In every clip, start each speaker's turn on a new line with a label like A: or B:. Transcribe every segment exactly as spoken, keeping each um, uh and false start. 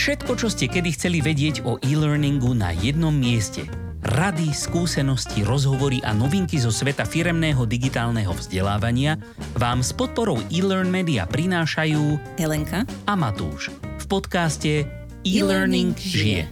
A: Všetko, čo ste kedy chceli vedieť o e-learningu na jednom mieste. Rady, skúsenosti, rozhovory a novinky zo sveta firemného digitálneho vzdelávania vám s podporou eLearn Media prinášajú
B: Helenka
A: a Matúš v podcaste E-Learning žije.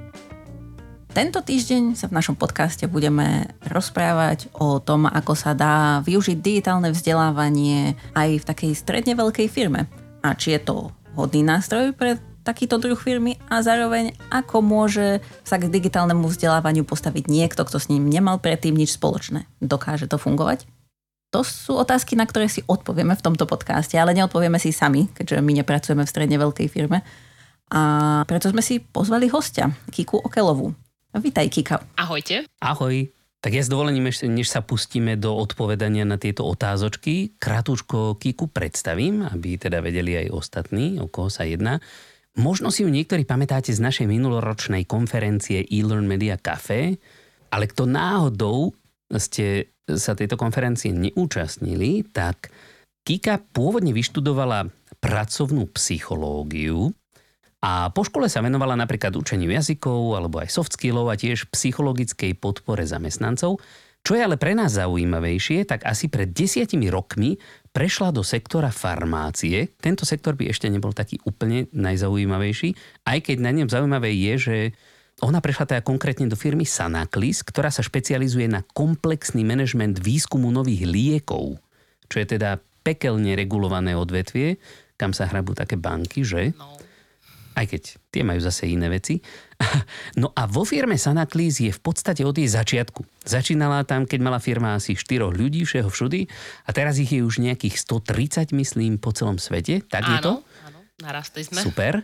B: Tento týždeň sa v našom podcaste budeme rozprávať o tom, ako sa dá využiť digitálne vzdelávanie aj v takej stredne veľkej firme. A či je to hodný nástroj pre takýto druh firmy a zároveň ako môže sa k digitálnemu vzdelávaniu postaviť niekto, kto s ním nemal predtým nič spoločné. Dokáže to fungovať? To sú otázky, na ktoré si odpovieme v tomto podcaste, ale neodpovieme si sami, keďže my nepracujeme v stredne veľkej firme. A preto sme si pozvali hostia, Kiku Okelovú. Vítaj, Kika.
C: Ahojte.
A: Ahoj. Tak ja s dovolením ešte, než sa pustíme do odpovedania na tieto otázočky, krátko Kiku predstavím, aby teda vedeli aj ostatní, o koho sa jedná. Možno si ju niektorí pamätáte z našej minuloročnej konferencie eLearn Media Café, ale kto náhodou ste sa tejto konferencie neúčastnili, tak Kika pôvodne vyštudovala pracovnú psychológiu a po škole sa venovala napríklad učeniu jazykov alebo aj soft skillov a tiež psychologickej podpore zamestnancov. Čo je ale pre nás zaujímavejšie, tak asi pred desiatimi rokmi prešla do sektora farmácie. Tento sektor by ešte nebol taký úplne najzaujímavejší, aj keď na ňom zaujímavé je, že ona prešla teda konkrétne do firmy Sanaklis, ktorá sa špecializuje na komplexný manažment výskumu nových liekov, čo je teda pekelne regulované odvetvie, kam sa hrabú také banky, že?
C: No.
A: Aj keď tie majú zase iné veci. No a vo firme Sanaklis je v podstate od jej začiatku. Začínala tam, keď mala firma asi štyroch ľudí, všeho všudy, a teraz ich je už nejakých stotridsať, myslím, po celom svete. Tak
C: áno,
A: je to?
C: Áno, narastli sme.
A: Super.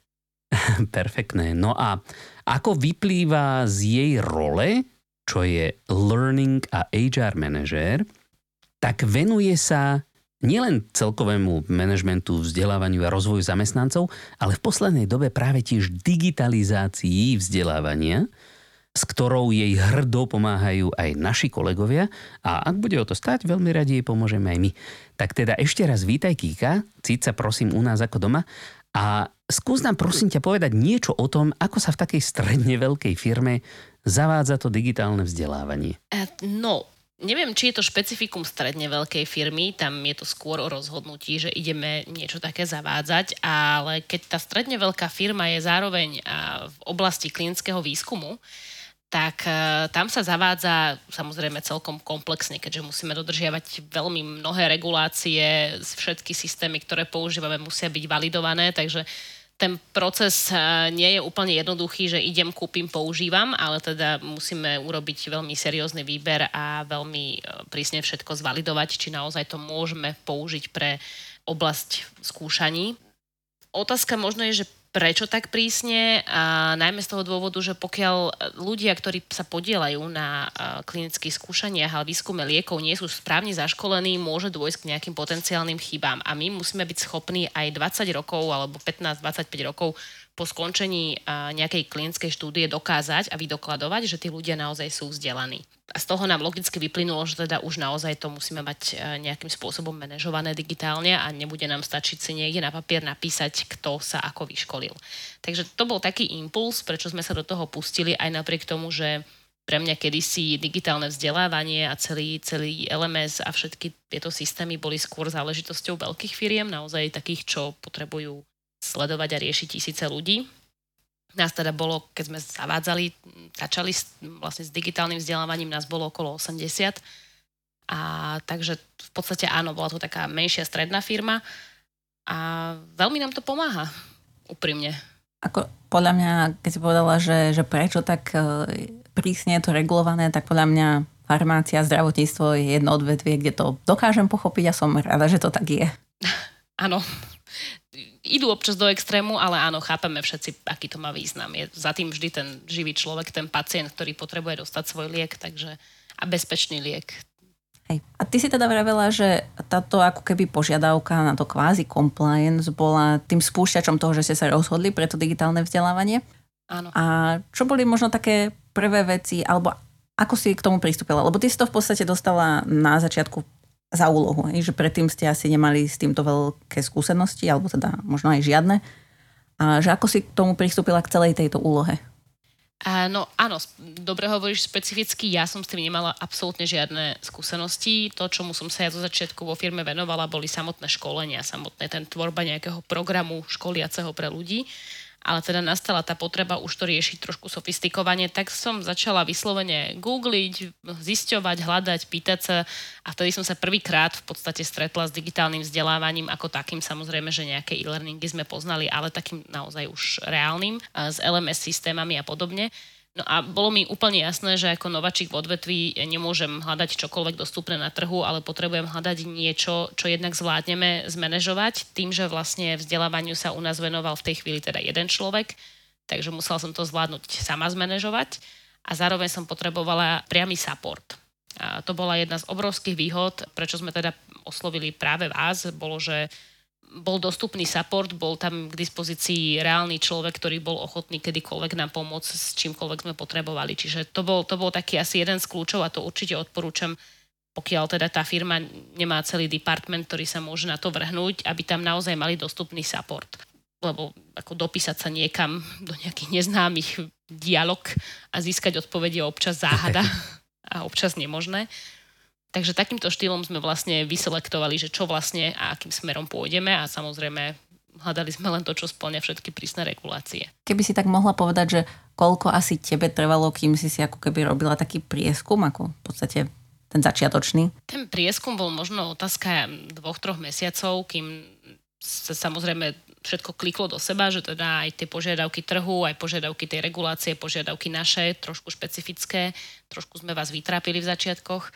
A: Perfektné. No a ako vyplýva z jej role, čo je Learning a há er manažér, tak venuje sa nielen celkovému manažmentu, vzdelávaniu a rozvoju zamestnancov, ale v poslednej dobe práve tiež digitalizácii vzdelávania, s ktorou jej hrdo pomáhajú aj naši kolegovia, a ak bude o to stať, veľmi radi jej pomôžeme aj my. Tak teda ešte raz vítaj, Kika, cíť sa prosím u nás ako doma a skús nám prosím ťa povedať niečo o tom, ako sa v takej stredne veľkej firme zavádza to digitálne vzdelávanie.
C: Uh, no, Neviem, či je to špecifikum stredne veľkej firmy, tam je to skôr o rozhodnutí, že ideme niečo také zavádzať, ale keď tá stredne veľká firma je zároveň v oblasti klinického výskumu, tak tam sa zavádza samozrejme celkom komplexne, keďže musíme dodržiavať veľmi mnohé regulácie, všetky systémy, ktoré používame, musia byť validované, takže ten proces nie je úplne jednoduchý, že idem, kúpim, používam, ale teda musíme urobiť veľmi seriózny výber a veľmi prísne všetko zvalidovať, či naozaj to môžeme použiť pre oblasť skúšaní. Otázka možno je, že prečo tak prísne? A najmä z toho dôvodu, že pokiaľ ľudia, ktorí sa podieľajú na klinických skúšaniach a výskume liekov, nie sú správne zaškolení, môže dôjsť k nejakým potenciálnym chybám. A my musíme byť schopní aj dvadsať rokov alebo pätnásť dvadsaťpäť rokov po skončení nejakej klinickej štúdie dokázať a vydokladovať, že tí ľudia naozaj sú vzdelaní. A z toho nám logicky vyplynulo, že teda už naozaj to musíme mať nejakým spôsobom manažované digitálne a nebude nám stačiť si niekde na papier napísať, kto sa ako vyškolil. Takže to bol taký impuls, prečo sme sa do toho pustili, aj napriek tomu, že pre mňa kedysi digitálne vzdelávanie a celý, celý el em es a všetky tieto systémy boli skôr záležitosťou veľkých firiem, naozaj takých, čo potrebujú sledovať a riešiť tisíce ľudí. Nás teda bolo, keď sme zavádzali, začali vlastne s digitálnym vzdelávaním, nás bolo okolo osemdesiat. A takže v podstate áno, bola to taká menšia stredná firma a veľmi nám to pomáha, úprimne.
B: Ako podľa mňa, keď si povedala, že, že prečo tak prísne je to regulované, tak podľa mňa farmácia a zdravotníctvo je jedno odvetvie, kde to dokážem pochopiť a som rada, že to tak je.
C: Áno. Idú občas do extrému, ale áno, chápeme všetci, aký to má význam. Je za tým vždy ten živý človek, ten pacient, ktorý potrebuje dostať svoj liek, takže a bezpečný liek.
B: Hej. A ty si teda vravela, že táto ako keby požiadavka na to kvázi compliance bola tým spúšťačom toho, že ste sa rozhodli pre to digitálne vzdelávanie.
C: Áno.
B: A čo boli možno také prvé veci, alebo ako si k tomu pristúpila? Lebo ty si to v podstate dostala na začiatku za úlohu, že predtým ste asi nemali s týmto veľké skúsenosti, alebo teda možno aj žiadne. A že ako si k tomu pristúpila k celej tejto úlohe?
C: A no áno, dobre hovoríš špecificky, ja som s tým nemala absolútne žiadne skúsenosti. To, čomu som sa ja zo začiatku vo firme venovala, boli samotné školenia, samotné ten tvorba nejakého programu školiaceho pre ľudí. Ale teda nastala tá potreba už to riešiť trošku sofistikovane, tak som začala vyslovene googliť, zisťovať, hľadať, pýtať sa a vtedy som sa prvýkrát v podstate stretla s digitálnym vzdelávaním ako takým, samozrejme, že nejaké e-learningy sme poznali, ale takým naozaj už reálnym, s el em es systémami a podobne. No a bolo mi úplne jasné, že ako nováčik v odvetví nemôžem hľadať čokoľvek dostupné na trhu, ale potrebujem hľadať niečo, čo jednak zvládneme zmanéžovať, tým, že vlastne vzdelávaniu sa u nás venoval v tej chvíli teda jeden človek, takže musela som to zvládnuť sama zmanéžovať a zároveň som potrebovala priamy support. A to bola jedna z obrovských výhod, prečo sme teda oslovili práve vás, bolo, že bol dostupný support, bol tam k dispozícii reálny človek, ktorý bol ochotný kedykoľvek nám pomôcť s čímkoľvek sme potrebovali. Čiže to bol, to bol taký asi jeden z kľúčov a to určite odporúčam, pokiaľ teda tá firma nemá celý department, ktorý sa môže na to vrhnúť, aby tam naozaj mali dostupný support. Lebo ako dopísať sa niekam do nejakých neznámych dialog a získať odpovede je občas záhada a občas nemožné. Takže takýmto štýlom sme vlastne vyselektovali, že čo vlastne a akým smerom pôjdeme a samozrejme hľadali sme len to, čo spĺňa všetky prísne regulácie.
B: Keby si tak mohla povedať, že koľko asi tebe trvalo, kým si si ako keby robila taký prieskum, ako v podstate ten začiatočný?
C: Ten prieskum bol možno otázka dvoch, troch mesiacov, kým sa samozrejme všetko kliklo do seba, že teda aj tie požiadavky trhu, aj požiadavky tej regulácie, požiadavky naše, trošku špecifické, trošku sme vás vytrápili v začiatkoch.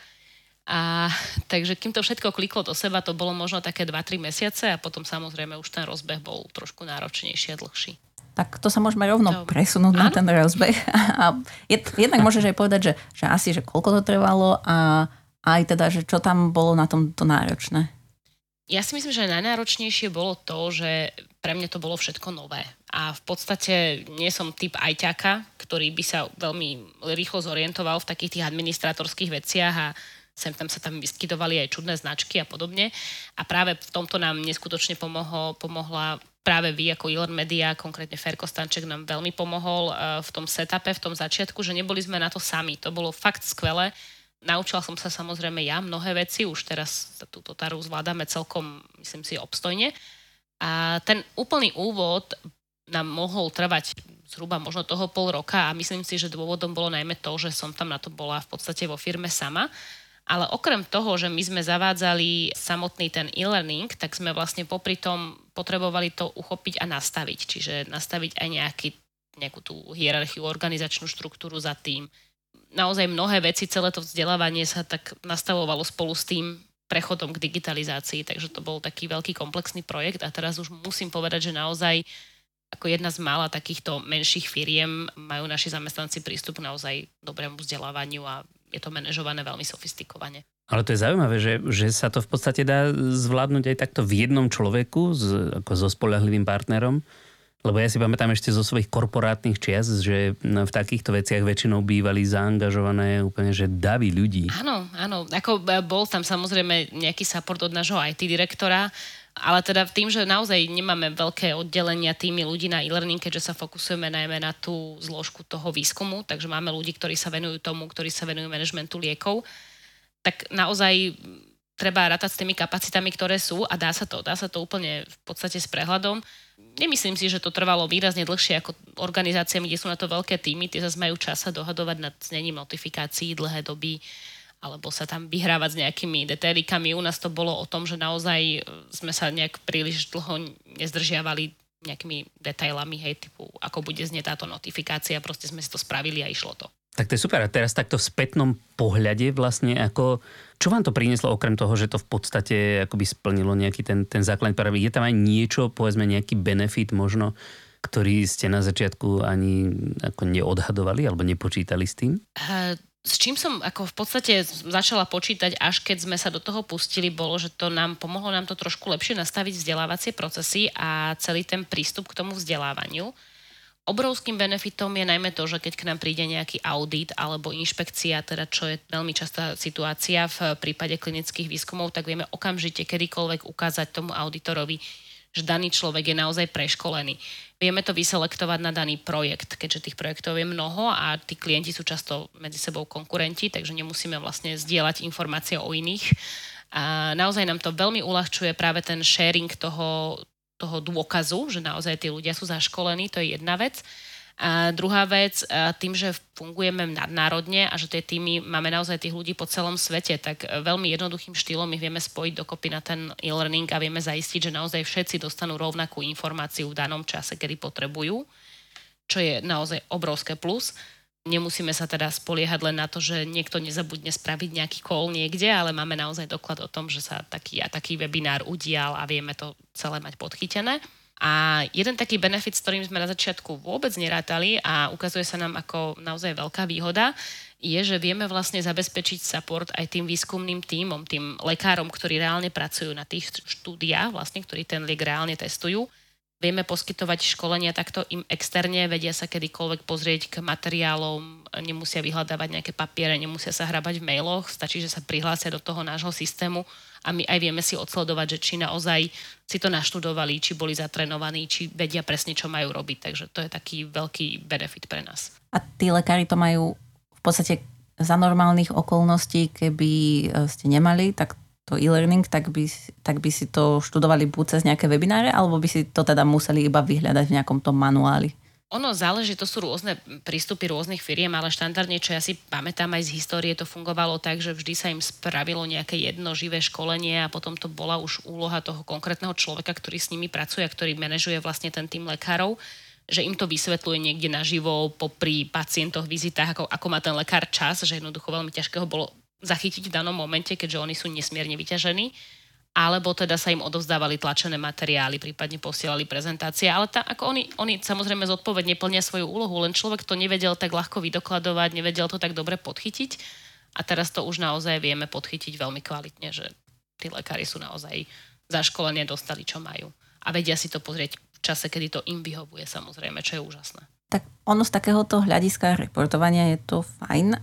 C: A takže kým to všetko kliklo do seba, to bolo možno také dva tri mesiace a potom samozrejme už ten rozbeh bol trošku náročnejší a dlhší.
B: Tak to sa môžeme rovno to... presunúť áno? na ten rozbeh. A jednak môžeš aj povedať, že, že asi, že koľko to trvalo a aj teda, že čo tam bolo na tomto náročné.
C: Ja si myslím, že najnáročnejšie bolo to, že pre mňa to bolo všetko nové. A v podstate nie som typ ajťaka, ktorý by sa veľmi rýchlo zorientoval v takých tých administratorských veciach a sem tam sa tam vyskytovali aj čudné značky a podobne. A práve v tomto nám neskutočne pomohlo, pomohla práve vy ako e-learn media, konkrétne Ferko Stanček nám veľmi pomohol v tom setupe, v tom začiatku, že neboli sme na to sami. To bolo fakt skvelé. Naučila som sa samozrejme ja mnohé veci, už teraz túto taru zvládame celkom, myslím si, obstojne. A ten úplný úvod nám mohol trvať zhruba možno toho pol roka a myslím si, že dôvodom bolo najmä to, že som tam na to bola v podstate vo firme sama. Ale okrem toho, že my sme zavádzali samotný ten e-learning, tak sme vlastne popri tom potrebovali to uchopiť a nastaviť. Čiže nastaviť aj nejaký, nejakú tú hierarchiu, organizačnú štruktúru za tým. Naozaj mnohé veci, celé to vzdelávanie sa tak nastavovalo spolu s tým prechodom k digitalizácii, takže to bol taký veľký komplexný projekt a teraz už musím povedať, že naozaj ako jedna z mála takýchto menších firiem majú naši zamestnanci prístup k naozaj dobrému vzdelávaniu a je to manažované veľmi sofistikovane.
A: Ale to je zaujímavé, že, že sa to v podstate dá zvládnuť aj takto v jednom človeku, s, ako so spoľahlivým partnerom. Lebo ja si pamätám ešte zo svojich korporátnych čias, že v takýchto veciach väčšinou bývali zaangažované úplne, že davy ľudí.
C: Áno, áno. Ako bol tam samozrejme nejaký support od nášho í té direktora, ale teda tým, že naozaj nemáme veľké oddelenia týmy ľudí na e-learning, keďže sa fokusujeme najmä na tú zložku toho výskumu, takže máme ľudí, ktorí sa venujú tomu, ktorí sa venujú manažmentu liekov, tak naozaj treba rátať s tými kapacitami, ktoré sú a dá sa to, dá sa to úplne v podstate s prehľadom. Nemyslím si, že to trvalo výrazne dlhšie ako organizáciami, kde sú na to veľké týmy, tie zase majú čas sa dohadovať nad znením notifikácií dlhé doby, alebo sa tam vyhrávať s nejakými detailikami. U nás to bolo o tom, že naozaj sme sa nejak príliš dlho nezdržiavali nejakými detailami, hej, typu ako bude znieť táto notifikácia, proste sme si to spravili a išlo to.
A: Tak to je super. A teraz takto v spätnom pohľade vlastne ako, čo vám to prinieslo okrem toho, že to v podstate akoby splnilo nejaký ten, ten základný parameter? Je tam aj niečo, povedzme nejaký benefit možno, ktorý ste na začiatku ani ako neodhadovali alebo nepočítali s tým?
C: Uh, s čím som ako v podstate začala počítať, až keď sme sa do toho pustili, bolo, že to nám pomohlo nám to trošku lepšie nastaviť vzdelávacie procesy a celý ten prístup k tomu vzdelávaniu. Obrovským benefitom je najmä to, že keď k nám príde nejaký audit alebo inšpekcia, teda čo je veľmi častá situácia v prípade klinických výskumov, tak vieme okamžite kedykoľvek ukázať tomu auditorovi, že daný človek je naozaj preškolený. Vieme to vyselektovať na daný projekt, keďže tých projektov je mnoho a tí klienti sú často medzi sebou konkurenti, takže nemusíme vlastne zdieľať informácie o iných. A naozaj nám to veľmi uľahčuje práve ten sharing toho, toho dôkazu, že naozaj tí ľudia sú zaškolení, to je jedna vec. A druhá vec, tým, že fungujeme nadnárodne a že tie týmy máme naozaj tých ľudí po celom svete, tak veľmi jednoduchým štýlom ich vieme spojiť dokopy na ten e-learning a vieme zaistiť, že naozaj všetci dostanú rovnakú informáciu v danom čase, kedy potrebujú, čo je naozaj obrovské plus. Nemusíme sa teda spoliehať len na to, že niekto nezabudne spraviť nejaký call niekde, ale máme naozaj doklad o tom, že sa taký a taký webinár udial a vieme to celé mať podchytené. A jeden taký benefit, s ktorým sme na začiatku vôbec nerátali a ukazuje sa nám ako naozaj veľká výhoda, je, že vieme vlastne zabezpečiť support aj tým výskumným tímom, tým lekárom, ktorí reálne pracujú na tých štúdiách, vlastne, ktorí ten liek reálne testujú. Vieme poskytovať školenia takto im externe, vedia sa kedykoľvek pozrieť k materiálom, nemusia vyhľadávať nejaké papiere, nemusia sa hrabať v mailoch, stačí, že sa prihlásia do toho nášho systému a my aj vieme si odsledovať, že či naozaj si to naštudovali, či boli zatrenovaní, či vedia presne, čo majú robiť. Takže to je taký veľký benefit pre nás.
B: A tí lekári to majú v podstate za normálnych okolností, keby ste nemali, tak to e-learning, tak by, tak by si to študovali buď cez nejaké webináre, alebo by si to teda museli iba vyhľadať v nejakom tom manuáli?
C: Ono záleží, to sú rôzne prístupy rôznych firiem, ale štandardne, čo ja si pamätám aj z histórie, to fungovalo tak, že vždy sa im spravilo nejaké jedno živé školenie a potom to bola už úloha toho konkrétneho človeka, ktorý s nimi pracuje a ktorý manažuje vlastne ten tým lekárov, že im to vysvetľuje niekde naživo popri pacientoch, vizitách, ako, ako má ten lekár čas, že jednoducho veľmi ťažké ho bolo zachytiť v danom momente, keďže oni sú nesmierne vyťažení, alebo teda sa im odovzdávali tlačené materiály, prípadne posielali prezentácie, ale tá, ako oni, oni samozrejme zodpovedne plnia svoju úlohu, len človek to nevedel tak ľahko vydokladovať, nevedel to tak dobre podchytiť a teraz to už naozaj vieme podchytiť veľmi kvalitne, že tí lekári sú naozaj zaškolení, dostali čo majú a vedia si to pozrieť v čase, kedy to im vyhovuje, samozrejme, čo je úžasné.
B: Tak ono z takéhoto hľadiska reportovania je to fajn,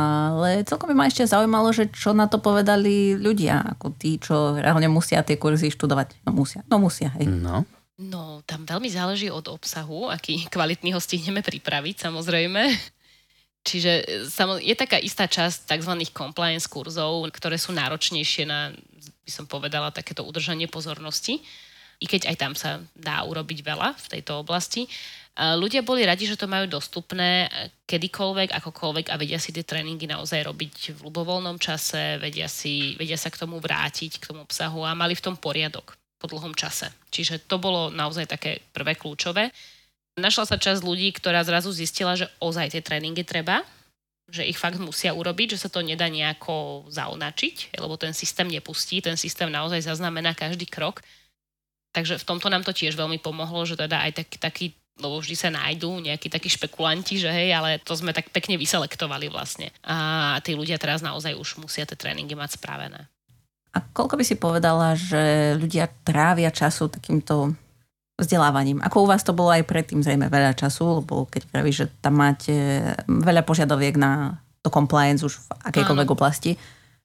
B: ale celkom by ma ešte zaujímalo, že čo na to povedali ľudia, ako tí, čo reálne musia tie kurzy študovať. No musia, no musia, hej.
A: No.
C: No, tam veľmi záleží od obsahu, aký kvalitný ho stihneme pripraviť, samozrejme. Čiže je taká istá časť tzv. Compliance kurzov, ktoré sú náročnejšie na, by som povedala, takéto udržanie pozornosti. I keď aj tam sa dá urobiť veľa v tejto oblasti. Ľudia boli radi, že to majú dostupné kedykoľvek, akokoľvek a vedia si tie tréningy naozaj robiť v ľubovoľnom čase, vedia, si, vedia sa k tomu vrátiť, k tomu obsahu a mali v tom poriadok po dlhom čase. Čiže to bolo naozaj také prvé kľúčové. Našla sa časť ľudí, ktorá zrazu zistila, že ozaj tie tréningy treba, že ich fakt musia urobiť, že sa to nedá nejako zaonačiť, lebo ten systém nepustí, ten systém naozaj zaznamená každý krok. Takže v tomto nám to tiež veľmi pomohlo, že teda aj taký, taký lebo vždy sa nájdú nejakí takí špekulanti, že hej, ale to sme tak pekne vyselektovali vlastne. A tí ľudia teraz naozaj už musia tie tréningy mať spravené.
B: A koľko by si povedala, že ľudia trávia času takýmto vzdelávaním? Ako u vás to bolo aj predtým zrejme veľa času, lebo keď pravíš, že tam máte veľa požiadaviek na to compliance už v akejkoľvek oblasti.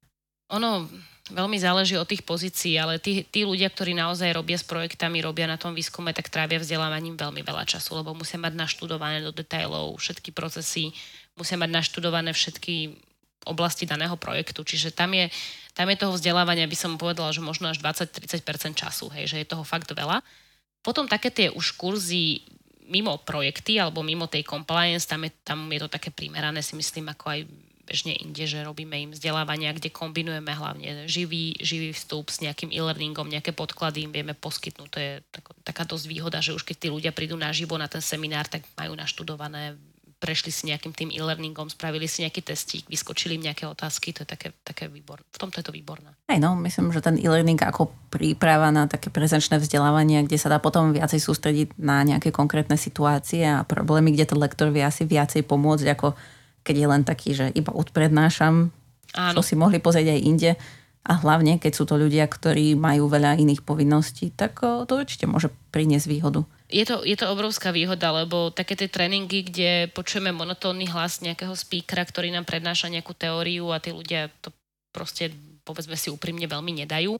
C: Ono veľmi záleží od tých pozícií, ale tí, tí ľudia, ktorí naozaj robia s projektami, robia na tom výskume, tak trávia vzdelávaním veľmi veľa času, lebo musia mať naštudované do detailov všetky procesy, musia mať naštudované všetky oblasti daného projektu. Čiže tam je, tam je toho vzdelávania, by som povedala, že možno až dvadsať až tridsať percent času, hej, že je toho fakt veľa. Potom také tie už kurzy mimo projekty alebo mimo tej compliance, tam je, tam je to také primerané, si myslím, ako aj bežne inde, že robíme im vzdelávania, kde kombinujeme hlavne živý, živý vstup s nejakým e-learningom, nejaké podklady im vieme poskytnúť. To je tak, taká dosť výhoda, že už keď tí ľudia prídu naživo na ten seminár, tak majú naštudované, prešli si nejakým tým e-learningom, spravili si nejaký testík, vyskočili im nejaké otázky, to je také, také výborné. V tomto je to výborné.
B: Aj no, myslím, že ten e-learning ako príprava na také prezenčné vzdelávanie, kde sa dá potom viacej sústrediť na nejaké konkrétne situácie a problémy, kde ten lektor vie asi viacej pomôcť, ako keď je len taký, že iba odprednášam, áno, čo si mohli pozrieť aj inde. A hlavne, keď sú to ľudia, ktorí majú veľa iných povinností, tak to určite môže priniesť výhodu.
C: Je to, je to obrovská výhoda, lebo také tie tréningy, kde počujeme monotónny hlas nejakého speakera, ktorý nám prednáša nejakú teóriu a tí ľudia to proste, povedzme si úprimne, veľmi nedajú.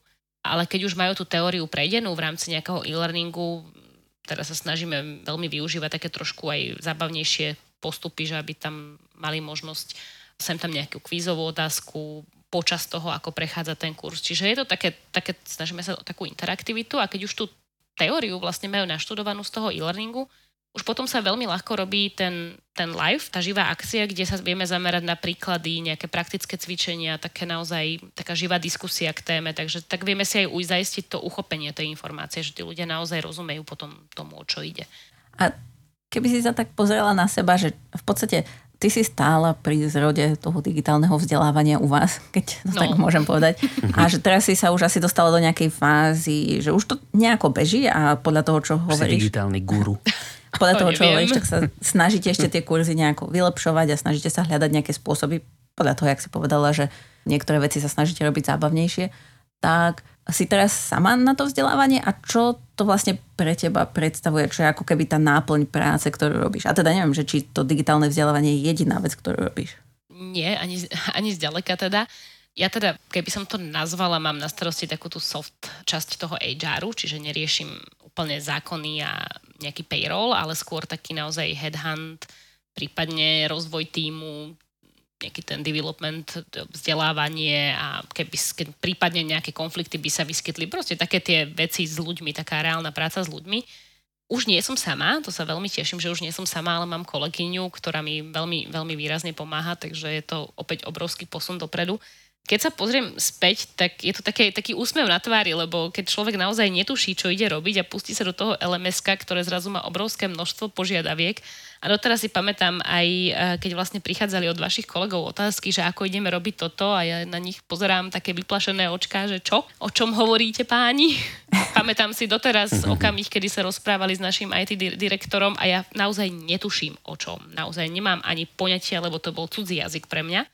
C: ale keď už majú tú teóriu prejdenú v rámci nejakého e-learningu, teraz sa snažíme veľmi využívať také trošku aj zábavnejšie postupy, že aby tam mali možnosť sem tam nejakú kvízovú otázku počas toho, ako prechádza ten kurz. Čiže je to také, také, snažíme sa o takú interaktivitu a keď už tú teóriu vlastne majú naštudovanú z toho e-learningu, už potom sa veľmi ľahko robí ten, ten live, tá živá akcia, kde sa vieme zamerať na príklady, nejaké praktické cvičenia, také naozaj taká živá diskusia k téme, takže tak vieme si aj zaistiť to uchopenie tej informácie, že tí ľudia naozaj rozumejú potom tomu, o čo ide.
B: A keby si sa tak pozrela na seba, že v podstate ty si stála pri zrode toho digitálneho vzdelávania u vás, keď to no. tak môžem povedať. A že teraz si sa už asi dostala do nejakej fázy, že už to nejako beží a podľa toho, čo hovoríš...
A: Si digitálny guru.
B: Podľa toho, čo hovoríš, tak sa snažíte ešte tie kurzy nejako vylepšovať a snažíte sa hľadať nejaké spôsoby, podľa toho, jak si povedala, že niektoré veci sa snažíte robiť zábavnejšie, tak si teraz sama na to vzdelávanie a čo to vlastne pre teba predstavuje, čo je ako keby tá náplň práce, ktorú robíš. A teda neviem, že či to digitálne vzdelávanie je jediná vec, ktorú robíš.
C: Nie, ani, ani zďaleka teda. Ja teda, keby som to nazvala, mám na starosti takú tú soft časť toho há eru, čiže neriešim úplne zákony a nejaký payroll, ale skôr taký naozaj headhunt, prípadne rozvoj tímu, nejaký ten development, vzdelávanie a keby keď prípadne nejaké konflikty by sa vyskytli. Proste také tie veci s ľuďmi, taká reálna práca s ľuďmi. Už nie som sama, to sa veľmi teším, že už nie som sama, ale mám kolegyňu, ktorá mi veľmi, veľmi výrazne pomáha, takže je to opäť obrovský posun dopredu. Keď sa pozriem späť, tak je to také, taký úsmev na tvári, lebo keď človek naozaj netuší, čo ide robiť a pustí sa do toho el em eska, ktoré zrazu má obrovské množstvo požiadaviek. A doteraz si pamätám aj, keď vlastne prichádzali od vašich kolegov otázky, že ako ideme robiť toto a ja na nich pozerám také vyplašené očká, že čo? O čom hovoríte, páni? Pamätám si doteraz okamih, kedy sa rozprávali s našim í té direktorom a ja naozaj netuším o čom. Naozaj nemám ani poňatia, lebo to bol cudzí jazyk pre mňa.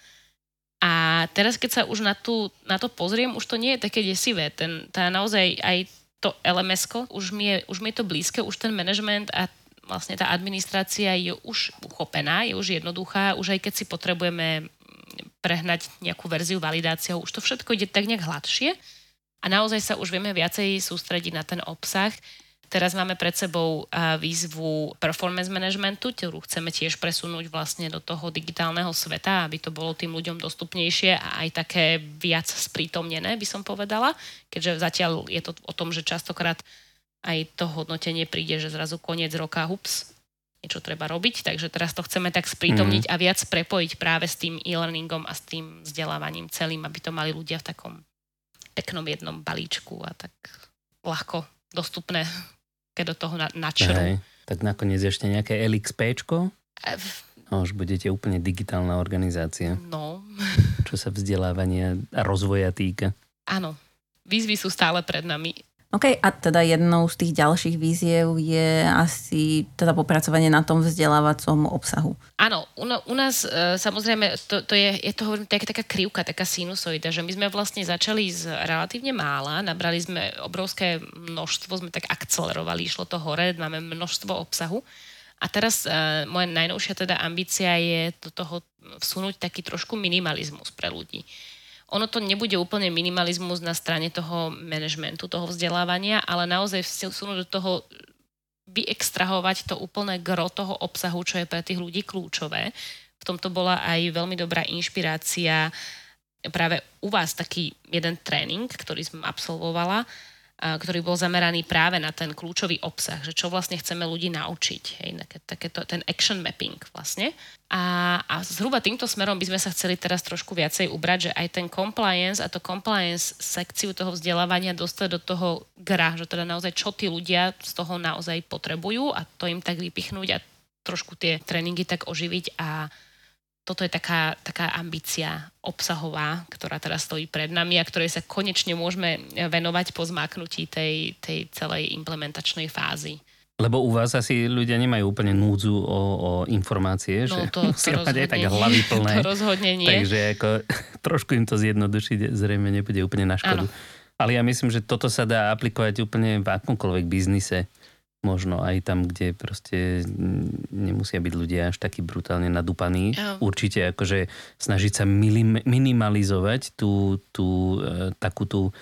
C: A teraz, keď sa už na, tú, na to pozriem, už to nie je také desivé. Ten, tá naozaj aj to el em esko, už mi, je, už mi je to blízke, už ten manažment a vlastne tá administrácia je už uchopená, je už jednoduchá, už aj keď si potrebujeme prehnať nejakú verziu validáciou, už to všetko ide tak nejak hladšie a naozaj sa už vieme viacej sústrediť na ten obsah. Teraz máme pred sebou výzvu performance managementu, ktorú chceme tiež presunúť vlastne do toho digitálneho sveta, aby to bolo tým ľuďom dostupnejšie a aj také viac sprítomnené, by som povedala. Keďže zatiaľ je to o tom, že častokrát aj to hodnotenie príde, že zrazu koniec roka, hups, niečo treba robiť. Takže teraz to chceme tak sprítomniť mm. a viac prepojiť práve s tým e-learningom a s tým vzdelávaním celým, aby to mali ľudia v takom peknom jednom balíčku a tak ľahko dostupné, keď do toho načrú.
A: Hej, tak nakoniec ešte nejaké el iks péčko? No, už budete úplne digitálna organizácia.
C: No.
A: Čo sa vzdelávania a rozvoja týka.
C: Áno. Výzvy sú stále pred nami.
B: OK, a teda jednou z tých ďalších víziev je asi teda popracovanie na tom vzdelávacom obsahu.
C: Áno, u, u nás e, samozrejme, to, to je, je to hovorím, taká, taká krivka, taká sinusoida, že my sme vlastne začali z relatívne mála, nabrali sme obrovské množstvo, sme tak akcelerovali, išlo to hore, máme množstvo obsahu. A teraz e, moja najnovšia teda ambícia je do toho vsunúť taký trošku minimalizmus pre ľudí. Ono to nebude úplne minimalizmus na strane toho manažmentu, toho vzdelávania, ale naozaj vsunúť do toho, vyextrahovať to úplné gro toho obsahu, čo je pre tých ľudí kľúčové. V tomto bola aj veľmi dobrá inšpirácia práve u vás taký jeden tréning, ktorý som absolvovala, ktorý bol zameraný práve na ten kľúčový obsah, že čo vlastne chceme ľudí naučiť. Hej, takéto, ten action mapping vlastne. A, a zhruba týmto smerom by sme sa chceli teraz trošku viacej ubrať, že aj ten compliance a to compliance sekciu toho vzdelávania dostať do toho gra, že teda naozaj čo tí ľudia z toho naozaj potrebujú a to im tak vypichnúť a trošku tie tréningy tak oživiť a toto je taká, taká ambícia obsahová, ktorá teraz stojí pred nami a ktorej sa konečne môžeme venovať po zmáknutí tej, tej celej implementačnej fázy.
A: Lebo u vás asi ľudia nemajú úplne núdzu o, o informácie,
C: no,
A: že
C: to,
A: musia
C: to
A: mať aj tak hlavy plné.
C: To rozhodne nie.
A: Takže ako, trošku im to zjednodušiť zrejme nebude úplne na škodu. Áno. Ale ja myslím, že toto sa dá aplikovať úplne v akomkoľvek biznise. Možno aj tam, kde proste nemusia byť ľudia až takí brutálne nadúpaní. Oh. Určite akože snažiť sa minim, minimalizovať tú, tú, e, takú tú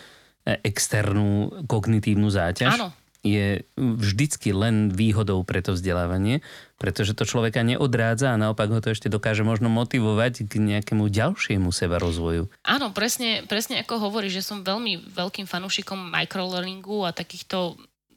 A: externú kognitívnu záťaž.
C: Áno.
A: Je vždycky len výhodou pre to vzdelávanie, pretože to človeka neodrádza a naopak ho to ešte dokáže možno motivovať k nejakému ďalšiemu seba rozvoju.
C: Áno, presne, presne ako hovoríš, že som veľmi veľkým fanúšikom microlearningu a takýchto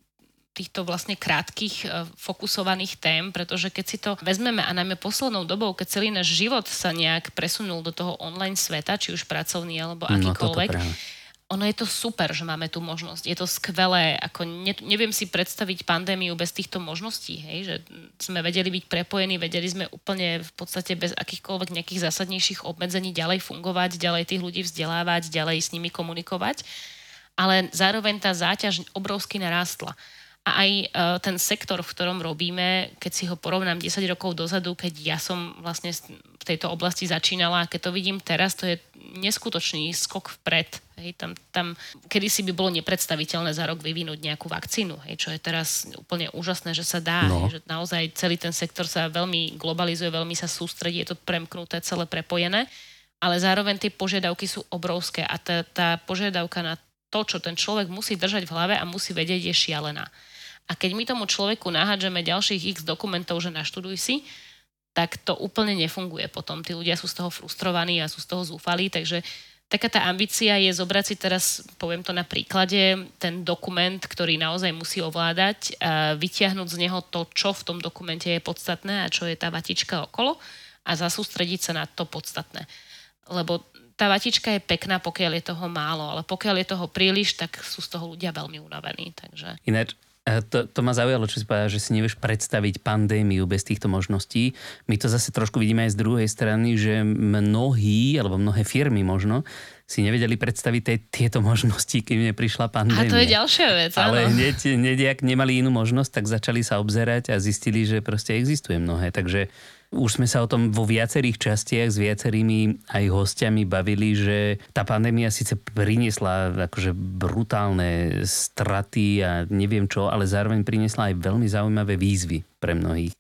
C: týchto vlastne krátkych fokusovaných tém, pretože keď si to vezmeme a najmä poslednou dobou, keď celý náš život sa nejak presunul do toho online sveta, či už pracovný alebo akýkoľvek, no ono je to super, že máme tú možnosť. Je to skvelé. Ako ne, neviem si predstaviť pandémiu bez týchto možností. Hej? Že sme vedeli byť prepojení, vedeli sme úplne v podstate bez akýchkoľvek nejakých zásadnejších obmedzení ďalej fungovať, ďalej tých ľudí vzdelávať, ďalej s nimi komunikovať. Ale zároveň tá záťaž obrovsky narástla. A aj uh, ten sektor, v ktorom robíme, keď si ho porovnám desať rokov dozadu, keď ja som vlastne v tejto oblasti začínala a keď to vidím teraz, to je neskutočný skok vpred. Hej, tam, tam kedysi by bolo nepredstaviteľné za rok vyvinúť nejakú vakcínu, hej, čo je teraz úplne úžasné, že sa dá.
A: No.
C: Hej, že naozaj celý ten sektor sa veľmi globalizuje, veľmi sa sústredí, je to premknuté, celé prepojené, ale zároveň tie požiadavky sú obrovské a tá, tá požiadavka na to, čo ten človek musí držať v hlave a musí vedieť, je šialená. A keď my tomu človeku nahádžeme ďalších x dokumentov, že naštuduj si, tak to úplne nefunguje potom. Tí ľudia sú z toho frustrovaní a sú z toho zúfalí, takže taká tá ambícia je zobrať si teraz, poviem to na príklade, ten dokument, ktorý naozaj musí ovládať, a vytiahnuť z neho to, čo v tom dokumente je podstatné a čo je tá vatička okolo a zasústrediť sa na to podstatné. Lebo tá vatička je pekná, pokiaľ je toho málo, ale pokiaľ je toho príliš, tak sú z toho ľudia veľmi unavení. Takže...
A: Ináč, To, to ma zaujalo, čo si povedal, že si nevieš predstaviť pandémiu bez týchto možností. My to zase trošku vidíme aj z druhej strany, že mnohí, alebo mnohé firmy možno, si nevedeli predstaviť tej, tieto možnosti, kým neprišla pandémia.
C: A to je ďalšia vec, áno.
A: Ale hneď, hneď, ak nemali inú možnosť, tak začali sa obzerať a zistili, že proste existuje mnohé. Takže už sme sa o tom vo viacerých častiach s viacerými aj hostiami bavili, že tá pandémia síce priniesla akože brutálne straty a neviem čo, ale zároveň priniesla aj veľmi zaujímavé výzvy pre mnohých.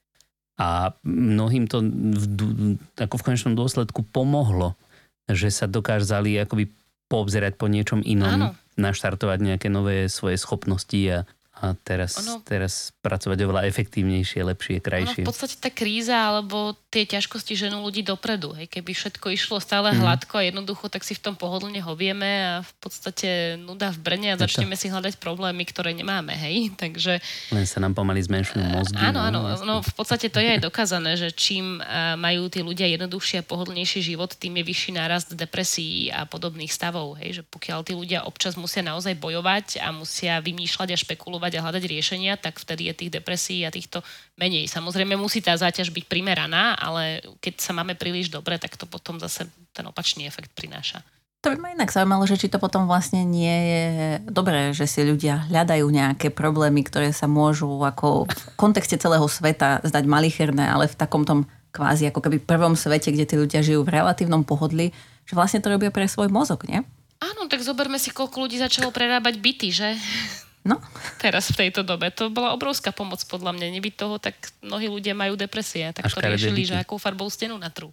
A: A mnohým to v, ako v konečnom dôsledku pomohlo, že sa dokázali akoby poobzerať po niečom inom, áno, naštartovať nejaké nové svoje schopnosti a A teraz, ono, teraz pracovať oveľa efektívnejšie, lepšie, krajšie.
C: Ono v podstate tá kríza alebo tie ťažkosti ženú ľudí dopredu. Hej. Keby všetko išlo stále mm. hladko a jednoducho, tak si v tom pohodlne hovieme a v podstate nuda v brne a začneme si hľadať problémy, ktoré nemáme. Hej. Takže...
A: Len sa nám pomaly zmenšujú mozgy.
C: Áno, áno.
A: No,
C: no, v podstate to je aj dokázané, že čím majú tí ľudia jednoduchší a pohodlnejší život, tým je vyšší nárast depresií a podobných stavov. Hej. Že pokiaľ tí ľudia občas musia naozaj bojovať a musia vymýšľať a špekulovať a hľadať riešenia, tak vtedy je tých depresií a týchto menej. Samozrejme musí tá záťaž byť primeraná, ale keď sa máme príliš dobre, tak to potom zase ten opačný efekt prináša.
B: To by ma inak zaujímalo, že či to potom vlastne nie je dobré, že si ľudia hľadajú nejaké problémy, ktoré sa môžu ako v kontexte celého sveta zdať malicherné, ale v takom tom kvázi ako keby prvom svete, kde tí ľudia žijú v relatívnom pohodlí, že vlastne to robia pre svoj mozog, nie?
C: Áno, tak zoberme si, koľko ľudí začalo prerábať byty, že?
B: No.
C: Teraz v tejto dobe. To bola obrovská pomoc podľa mňa. Nebyť toho, tak mnohí ľudia majú depresie. Tak to riešili, že akou farbou stenu natrú.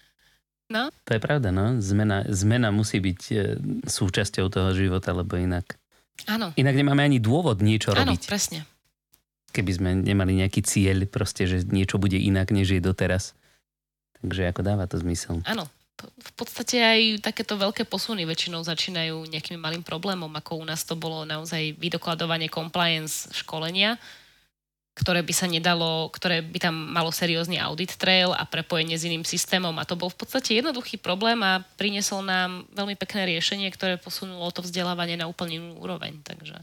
C: No?
A: To je pravda, no. Zmena, zmena musí byť súčasťou toho života, lebo inak...
C: Áno.
A: Inak nemáme ani dôvod niečo
C: Áno,
A: robiť.
C: Áno, presne.
A: Keby sme nemali nejaký cieľ, proste, že niečo bude inak, než je doteraz. Takže ako dáva to zmysel.
C: Áno. V podstate aj takéto veľké posuny väčšinou začínajú nejakým malým problémom, ako u nás to bolo naozaj vydokladovanie compliance školenia, ktoré by sa nedalo, ktoré by tam malo seriózny audit trail a prepojenie s iným systémom. A to bol v podstate jednoduchý problém a priniesol nám veľmi pekné riešenie, ktoré posunulo to vzdelávanie na úplne inú úroveň. Takže...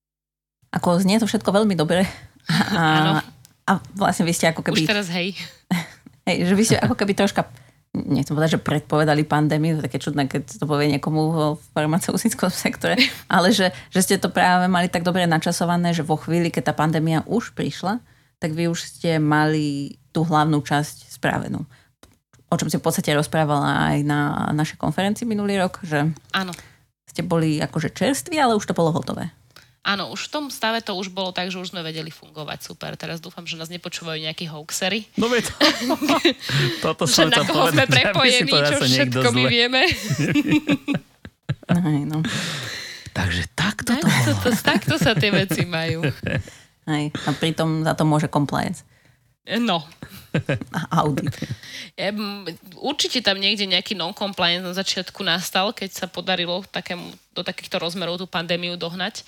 B: Ako znie to všetko veľmi dobre. A, a vlastne vy ste ako keby...
C: Už teraz hej.
B: Hej, že vy ste ako keby troška... nechcem povedať, že predpovedali pandémiu, to je také čudné, keď to povie niekomu v farmaceutickom sektore, ale že, že ste to práve mali tak dobre načasované, že vo chvíli, keď tá pandémia už prišla, tak vy už ste mali tú hlavnú časť spravenú. O čom si v podstate rozprávala aj na našej konferencii minulý rok, že
C: áno,
B: ste boli akože čerství, ale už to bolo hotové.
C: Áno, už v tom stave to už bolo tak, že už sme vedeli fungovať super. Teraz dúfam, že nás nepočúvajú nejakí hoaxery.
A: No veď, toto som
C: chcel povedať. Že na koho sme prepojení, čo všetko my vieme.
B: Aj, no.
A: Takže takto to
C: takto,
A: bolo.
C: to, takto sa tie veci majú.
B: Hej, a pritom za to môže compliance.
C: No.
B: A audit.
C: Ja, určite tam niekde nejaký non-compliance na začiatku nastal, keď sa podarilo takému, do takýchto rozmerov tú pandémiu dohnať.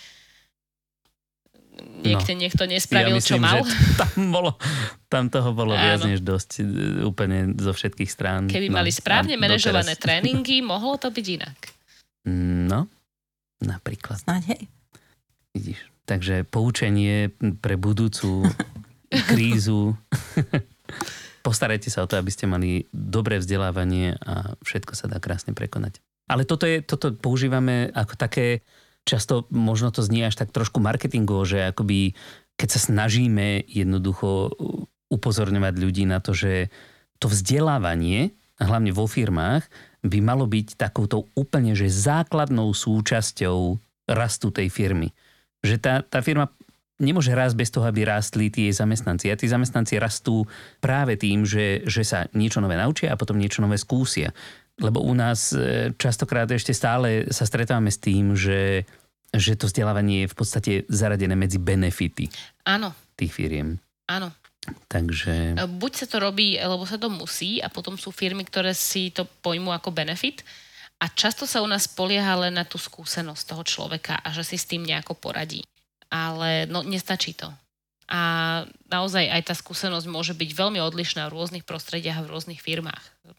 C: Niekde no. niekto nespravil,
A: ja myslím,
C: čo mal.
A: Že tam, bolo, tam toho bolo
C: Áno.
A: viac než dosť úplne zo všetkých strán.
C: Keby
A: no,
C: mali správne manažované
A: doteraz.
C: tréningy, mohlo to byť inak.
A: No, napríklad.
B: Snáď hej.
A: Vidíš. Takže poučenie pre budúcu krízu. Postarajte sa o to, aby ste mali dobré vzdelávanie a všetko sa dá krásne prekonať. Ale toto, je, toto používame ako také, často možno to znie až tak trošku marketingovo, že akoby keď sa snažíme jednoducho upozorňovať ľudí na to, že to vzdelávanie, hlavne vo firmách, by malo byť takouto úplne že základnou súčasťou rastu tej firmy. Že tá, tá firma nemôže rásť bez toho, aby rástli tí jej zamestnanci. A tí zamestnanci rastú práve tým, že, že sa niečo nové naučia a potom niečo nové skúsia. Lebo u nás častokrát ešte stále sa stretávame s tým, že, že to vzdelávanie je v podstate zaradené medzi benefity.
C: Áno.
A: Tých firiem.
C: Áno.
A: Takže...
C: Buď sa to robí, lebo sa to musí a potom sú firmy, ktoré si to pojmú ako benefit a často sa u nás spolieha len na tú skúsenosť toho človeka a že si s tým nejako poradí. Ale no, nestačí to. A naozaj aj tá skúsenosť môže byť veľmi odlišná v rôznych prostrediach a v rôznych firmách.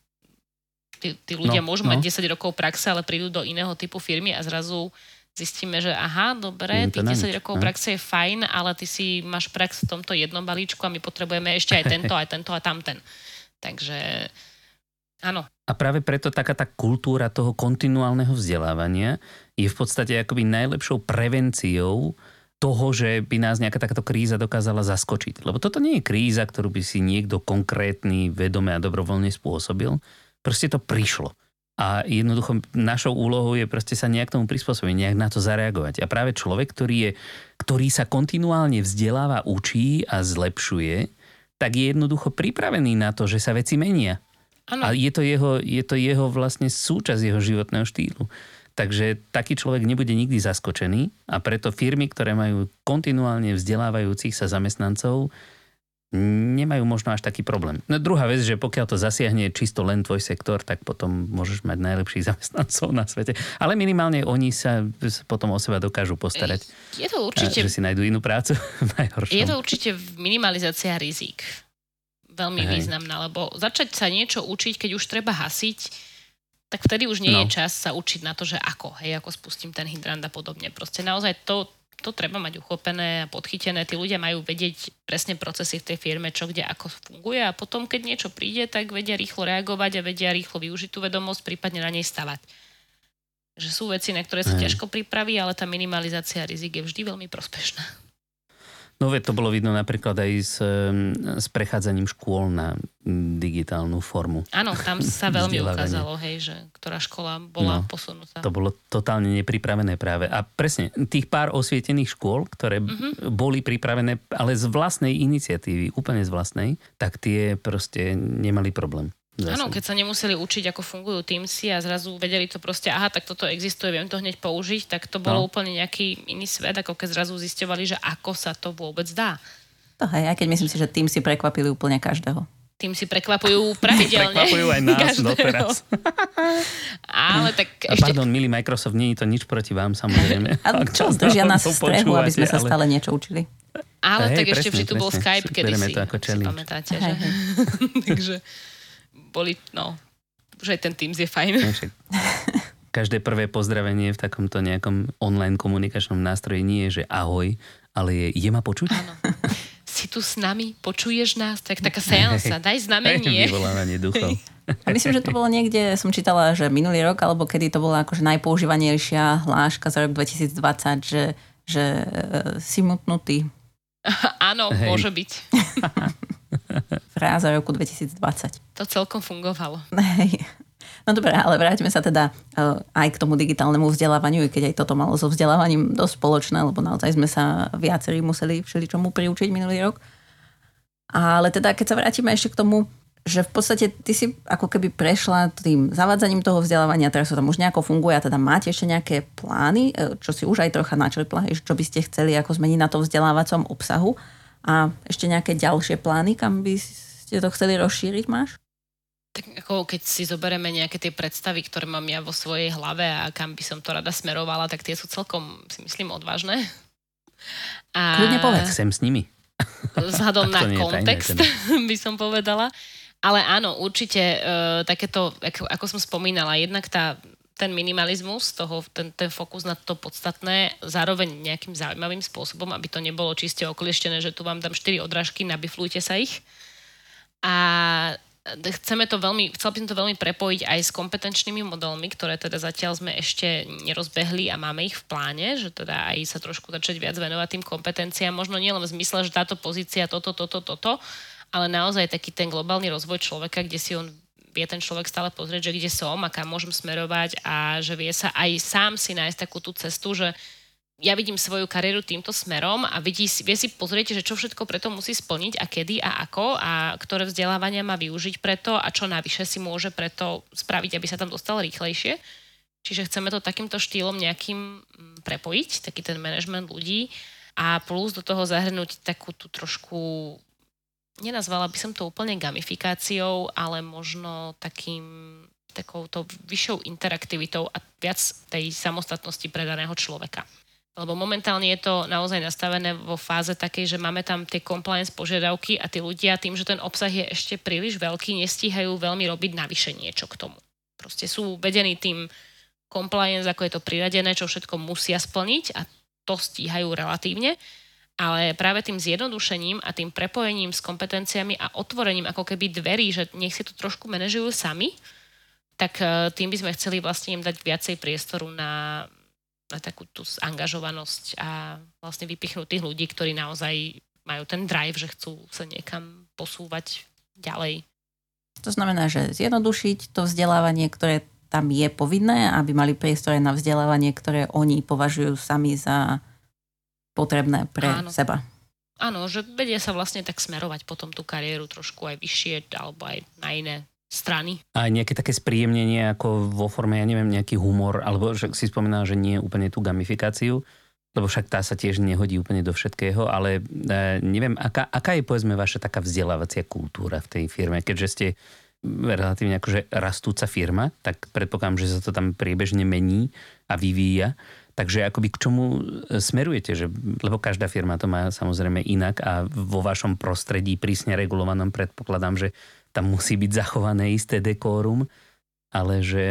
C: Tí, tí ľudia no, môžu no. mať desať rokov praxe, ale prídu do iného typu firmy a zrazu zistíme, že aha, dobre, tých desať rokov no. praxe je fajn, ale ty si máš prax v tomto jednom balíčku a my potrebujeme ešte aj tento, aj tento a tamten. Takže áno.
A: A práve preto taká tá kultúra toho kontinuálneho vzdelávania je v podstate akoby najlepšou prevenciou toho, že by nás nejaká takáto kríza dokázala zaskočiť. Lebo toto nie je kríza, ktorú by si niekto konkrétny, vedome a dobrovoľne spôsobil. Proste to prišlo. A jednoducho našou úlohou je proste sa nejak tomu prispôsobiť, nejak na to zareagovať. A práve človek, ktorý, je, ktorý sa kontinuálne vzdeláva, učí a zlepšuje, tak je jednoducho pripravený na to, že sa veci menia.
C: Ano.
A: A je to jeho, je to jeho vlastne súčasť jeho životného štýlu. Takže taký človek nebude nikdy zaskočený a preto firmy, ktoré majú kontinuálne vzdelávajúcich sa zamestnancov, nemajú možno až taký problém. No druhá vec, že pokiaľ to zasiahne čisto len tvoj sektor, tak potom môžeš mať najlepších zamestnancov na svete. Ale minimálne oni sa potom o seba dokážu postarať.
C: Je to určite...
A: Že si nájdu inú prácu v najhoršom.
C: Je to určite minimalizácia rizík. Veľmi Hej. významná, lebo začať sa niečo učiť, keď už treba hasiť, tak vtedy už nie no. je čas sa učiť na to, že ako, hej, ako spustím ten hydrant a podobne. Proste naozaj to, to treba mať uchopené a podchytené. Tí ľudia majú vedieť presne procesy v tej firme, čo kde, ako funguje a potom, keď niečo príde, tak vedia rýchlo reagovať a vedia rýchlo využiť tú vedomosť, prípadne na nej stavať. Že sú veci, na ktoré sa Aj. ťažko pripraví, ale tá minimalizácia rizik je vždy veľmi prospešná.
A: No veď to bolo vidno napríklad aj s, s prechádzaním škôl na digitálnu formu.
C: Áno, tam sa veľmi ukázalo, hej, že ktorá škola bola no, posunutá.
A: To bolo totálne nepripravené práve. A presne, tých pár osvietených škôl, ktoré mm-hmm. boli pripravené, ale z vlastnej iniciatívy, úplne z vlastnej, tak tie proste nemali problém.
C: Áno, keď sa nemuseli učiť, ako fungujú Teamsy a zrazu vedeli to proste, aha, tak toto existuje, viem to hneď použiť, tak to bolo no. úplne nejaký iný svet, ako keď zrazu zisťovali, že ako sa to vôbec dá.
B: To hej, aj keď myslím si, že Teamsy prekvapili úplne každého.
C: Teamsy prekvapujú pravidelne.
A: Prekvapujú aj nás doteraz.
C: Ale tak
A: a
C: ešte...
A: Pardon, milý Microsoft, nie je to nič proti vám, samozrejme.
B: Ale čo, držia nás v strehu, aby sme sa ale... stále niečo učili.
C: Ale
A: hej,
C: tak
A: presne,
C: ešte vždy tu bol Skype kedysi.
A: To ako
C: si pamätáte, že? Takže... boli, no, už aj ten Teams je fajn.
A: Každé prvé pozdravenie v takomto nejakom online komunikačnom nástroji nie je, že ahoj, ale je, je ma počuť?
C: Áno. Si tu s nami, počuješ nás, tak taká seansa, daj znamenie.
A: Vyvolávanie duchov.
B: A myslím, že to bolo niekde, som čítala, že minulý rok, alebo kedy to bola akože najpoužívanejšia hláška za rok dvetisícdvadsať, že, že uh, si mutnutý.
C: Áno, Hej. môže byť.
B: Fráza roku dvetisícdvadsať.
C: To celkom fungovalo.
B: Hej. No dobré, ale vráťme sa teda uh, aj k tomu digitálnemu vzdelávaniu, keď aj toto malo so vzdelávaním dosť spoločné, lebo naozaj sme sa viacerí museli všeličomu priučiť minulý rok. Ale teda, keď sa vrátime ešte k tomu, že v podstate ty si ako keby prešla tým zavádzaním toho vzdelávania, teraz to tam už nejako funguje a teda máte ešte nejaké plány, čo si už aj trocha načrtla, čo by ste chceli ako zmeniť na tom vzdelávacom obsahu a ešte nejaké ďalšie plány, kam by ste to chceli rozšíriť, máš?
C: Tak ako keď si zoberieme nejaké tie predstavy, ktoré mám ja vo svojej hlave a kam by som to rada smerovala, tak tie sú celkom, si myslím, odvážne. A
B: kľudne povedz.
A: Sem s nimi.
C: Vzhľadom na kontext tajné, by som povedala. Ale áno, určite uh, takéto, ako, ako som spomínala, jednak tá, ten minimalizmus, toho, ten, ten fokus na to podstatné, zároveň nejakým zaujímavým spôsobom, aby to nebolo čiste oklieštené, že tu vám dám štyri odrážky, nabiflujte sa ich. A chceme to veľmi, chcel by som to veľmi prepojiť aj s kompetenčnými modelmi, ktoré teda zatiaľ sme ešte nerozbehli a máme ich v pláne, že teda aj sa trošku začať viac venovať tým kompetenciám, možno nielen v zmysle, že táto pozícia toto, toto, toto, ale naozaj taký ten globálny rozvoj človeka, kde si on vie ten človek stále pozrieť, že kde som a kam môžem smerovať a že vie sa aj sám si nájsť takú tú cestu, že ja vidím svoju kariéru týmto smerom a vidí, vie si pozrieť, že čo všetko preto musí splniť a kedy a ako a ktoré vzdelávania má využiť preto a čo navyše si môže preto spraviť, aby sa tam dostal rýchlejšie. Čiže chceme to takýmto štýlom nejakým prepojiť, taký ten manažment ľudí a plus do toho zahrnúť takú tú trošku, nenazvala by som to úplne gamifikáciou, ale možno takým, takouto vyššou interaktivitou a viac tej samostatnosti pre daného človeka. Lebo momentálne je to naozaj nastavené vo fáze takej, že máme tam tie compliance požiadavky a tí ľudia tým, že ten obsah je ešte príliš veľký, nestíhajú veľmi robiť navyše niečo k tomu. Proste sú vedení tým compliance, ako je to priradené, čo všetko musia splniť a to stíhajú relatívne. Ale práve tým zjednodušením a tým prepojením s kompetenciami a otvorením ako keby dverí, že nech si to trošku manažujú sami, tak tým by sme chceli vlastne im dať viacej priestoru na, na takú tú angažovanosť a vlastne vypichnúť tých ľudí, ktorí naozaj majú ten drive, že chcú sa niekam posúvať ďalej.
B: To znamená, že zjednodušiť to vzdelávanie, ktoré tam je povinné, aby mali priestor na vzdelávanie, ktoré oni považujú sami za potrebné pre
C: Áno.
B: seba.
C: Áno, že vedia sa vlastne tak smerovať potom tú kariéru trošku aj vyššie alebo aj na iné strany.
A: A nejaké také spríjemnenie ako vo forme, ja neviem, nejaký humor, alebo že si spomínala, že nie úplne tú gamifikáciu, lebo však tá sa tiež nehodí úplne do všetkého, ale e, neviem, aká, aká je povedzme vaša taká vzdelávacia kultúra v tej firme, keďže ste relatívne akože rastúca firma, tak predpokladám, že sa to tam priebežne mení a vyvíja. Takže akoby k čomu smerujete? Že, lebo každá firma to má samozrejme inak a vo vašom prostredí prísne regulovanom predpokladám, že tam musí byť zachované isté dekórum, ale že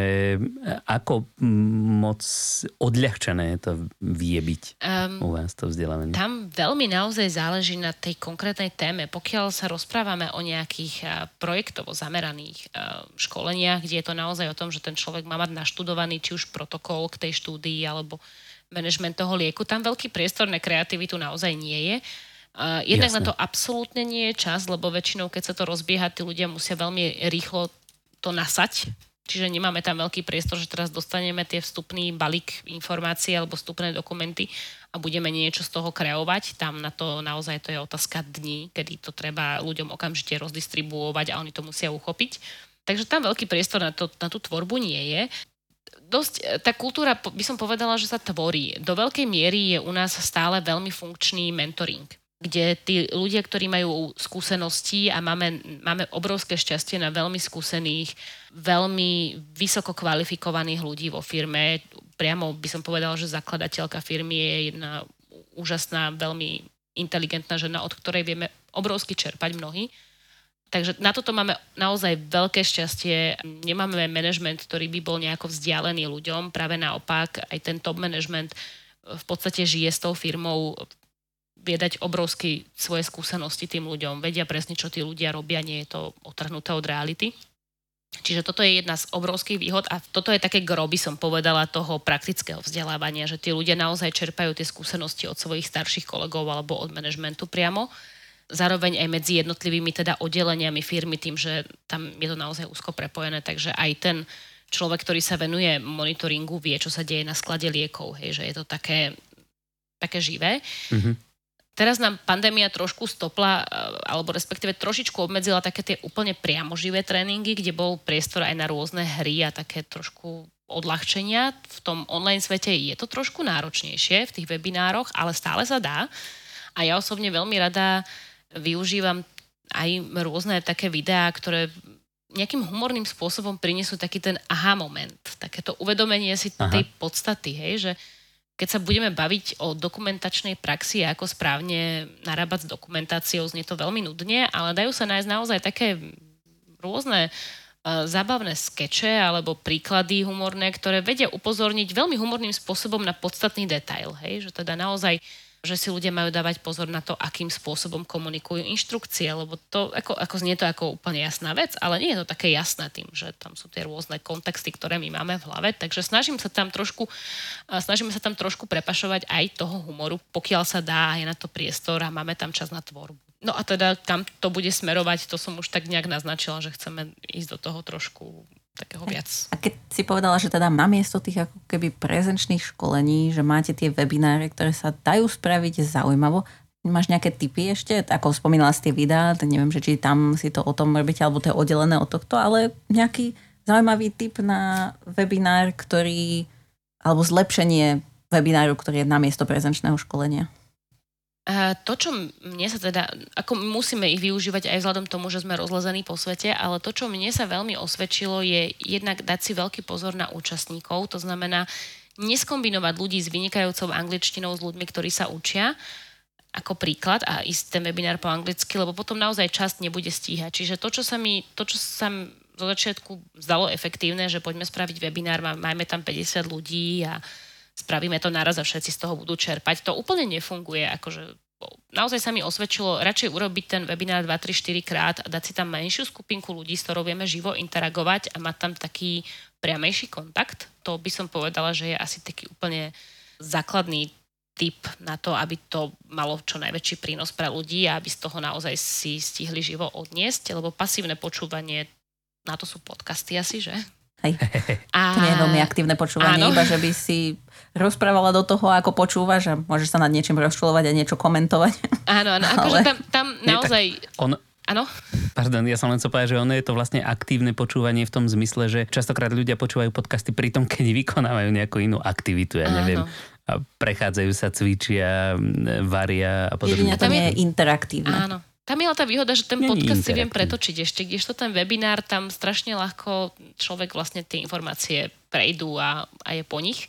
A: ako moc odľahčené to vie byť um, u vás to vzdelávanie?
C: Tam veľmi naozaj záleží na tej konkrétnej téme. Pokiaľ sa rozprávame o nejakých uh, projektovo zameraných uh, školeniach, kde je to naozaj o tom, že ten človek má mať naštudovaný či už protokol k tej štúdii alebo manažment toho lieku, tam veľký priestor na kreativitu naozaj nie je. Uh, jednak Jasne. Na to absolútne nie je čas, lebo väčšinou, keď sa to rozbieha, tí ľudia musia veľmi rýchlo to nasať. Čiže nemáme tam veľký priestor, že teraz dostaneme tie vstupný balík informácií alebo vstupné dokumenty a budeme niečo z toho kreovať. Tam na to naozaj to je otázka dní, kedy to treba ľuďom okamžite rozdistribuovať a oni to musia uchopiť. Takže tam veľký priestor na, to, na tú tvorbu nie je. Dosť, tá kultúra, by som povedala, že sa tvorí. Do veľkej miery je u nás stále veľmi funkčný mentoring, kde tí ľudia, ktorí majú skúsenosti a máme, máme obrovské šťastie na veľmi skúsených, veľmi vysoko kvalifikovaných ľudí vo firme. Priamo by som povedala, že zakladateľka firmy je jedna úžasná, veľmi inteligentná žena, od ktorej vieme obrovsky čerpať mnohí. Takže na toto máme naozaj veľké šťastie. Nemáme manažment, ktorý by bol nejako vzdialený ľuďom. Práve naopak, aj ten top management v podstate žije s tou firmou, vie dať obrovské svoje skúsenosti tým ľuďom. Vedia presne, čo tí ľudia robia, nie je to otrhnuté od reality. Čiže toto je jedna z obrovských výhod a toto je také gro, by som povedala, toho praktického vzdelávania, že tí ľudia naozaj čerpajú tie skúsenosti od svojich starších kolegov alebo od manažmentu priamo. Zároveň aj medzi jednotlivými teda oddeleniami firmy tým, že tam je to naozaj úzko prepojené, takže aj ten človek, ktorý sa venuje monitoringu, vie, čo sa deje na sklade liekov, hej, že je to také, také živé. Mm-hmm. teraz nám pandémia trošku stopla, alebo respektíve trošičku obmedzila také tie úplne priamoživé tréningy, kde bol priestor aj na rôzne hry a také trošku odľahčenia. V tom online svete je to trošku náročnejšie v tých webinároch, ale stále sa dá. A ja osobne veľmi rada využívam aj rôzne také videá, ktoré nejakým humorným spôsobom prinesú taký ten aha moment, takéto uvedomenie si aha. tej podstaty, hej, že keď sa budeme baviť o dokumentačnej praxi a ako správne narábať s dokumentáciou, znie to veľmi nudne, ale dajú sa nájsť naozaj také rôzne uh, zábavné skeče alebo príklady humorné, ktoré vedia upozorniť veľmi humorným spôsobom na podstatný detail, hej, že teda naozaj že si ľudia majú dávať pozor na to, akým spôsobom komunikujú inštrukcie, lebo to, ako, ako znie to ako úplne jasná vec, ale nie je to také jasné tým, že tam sú tie rôzne kontexty, ktoré my máme v hlave, takže snažím sa tam trošku, snažíme sa tam trošku prepašovať aj toho humoru, pokiaľ sa dá, je na to priestor a máme tam čas na tvorbu. No a teda kam to bude smerovať, to som už tak nejak naznačila, že chceme ísť do toho trošku takého viac.
B: A keď si povedala, že teda namiesto tých ako keby prezenčných školení, že máte tie webináre, ktoré sa dajú spraviť zaujímavo, máš nejaké tipy ešte? Ako spomínala si tie videá, neviem, že či tam si to o tom robíte, alebo to je oddelené od tohto, ale nejaký zaujímavý tip na webinár, ktorý, alebo zlepšenie webináru, ktorý je namiesto prezenčného školenia?
C: A to, čo mne sa teda, ako musíme ich využívať aj vzhľadom tomu, že sme rozlezení po svete, ale to, čo mne sa veľmi osvedčilo, je jednak dať si veľký pozor na účastníkov, to znamená neskombinovať ľudí s vynikajúcou angličtinou s ľuďmi, ktorí sa učia, ako príklad a ísť ten webinár po anglicky, lebo potom naozaj časť nebude stíhať. Čiže to, čo sa mi, to, čo sa mi zo začiatku zdalo efektívne, že poďme spraviť webinár, máme tam päťdesiat ľudí a spravíme to naraz a všetci z toho budú čerpať. To úplne nefunguje. Akože naozaj sa mi osvedčilo radšej urobiť ten webinár dva, tri, štyri krát a dať si tam menšiu skupinku ľudí, s ktorou vieme živo interagovať a mať tam taký priamejší kontakt. To by som povedala, že je asi taký úplne základný tip na to, aby to malo čo najväčší prínos pre ľudí a aby z toho naozaj si stihli živo odniesť, lebo pasívne počúvanie, na to sú podcasty asi, že?
B: Hej. A... To nie je veľmi aktívne počúvanie, áno. Iba že by si rozprávala do toho, ako počúvaš a môžeš sa nad niečím rozčulovať a niečo komentovať.
C: Áno, áno, akože
B: Ale...
C: tam, tam naozaj...
A: On...
C: Áno?
A: Pardon, ja som len chcel povedať, že ono je to vlastne aktívne počúvanie v tom zmysle, že častokrát ľudia počúvajú podcasty pri tom, keď vykonávajú nejakú inú aktivitu, ja neviem. A prechádzajú sa, cvičia, varia a podobne.
B: Jedine to nie je interaktívne.
C: Áno. Tam je ale tá výhoda, že ten podcast si viem pretočiť ešte, kdežto ten webinár, tam strašne ľahko človek vlastne tie informácie prejdú a, a je po nich.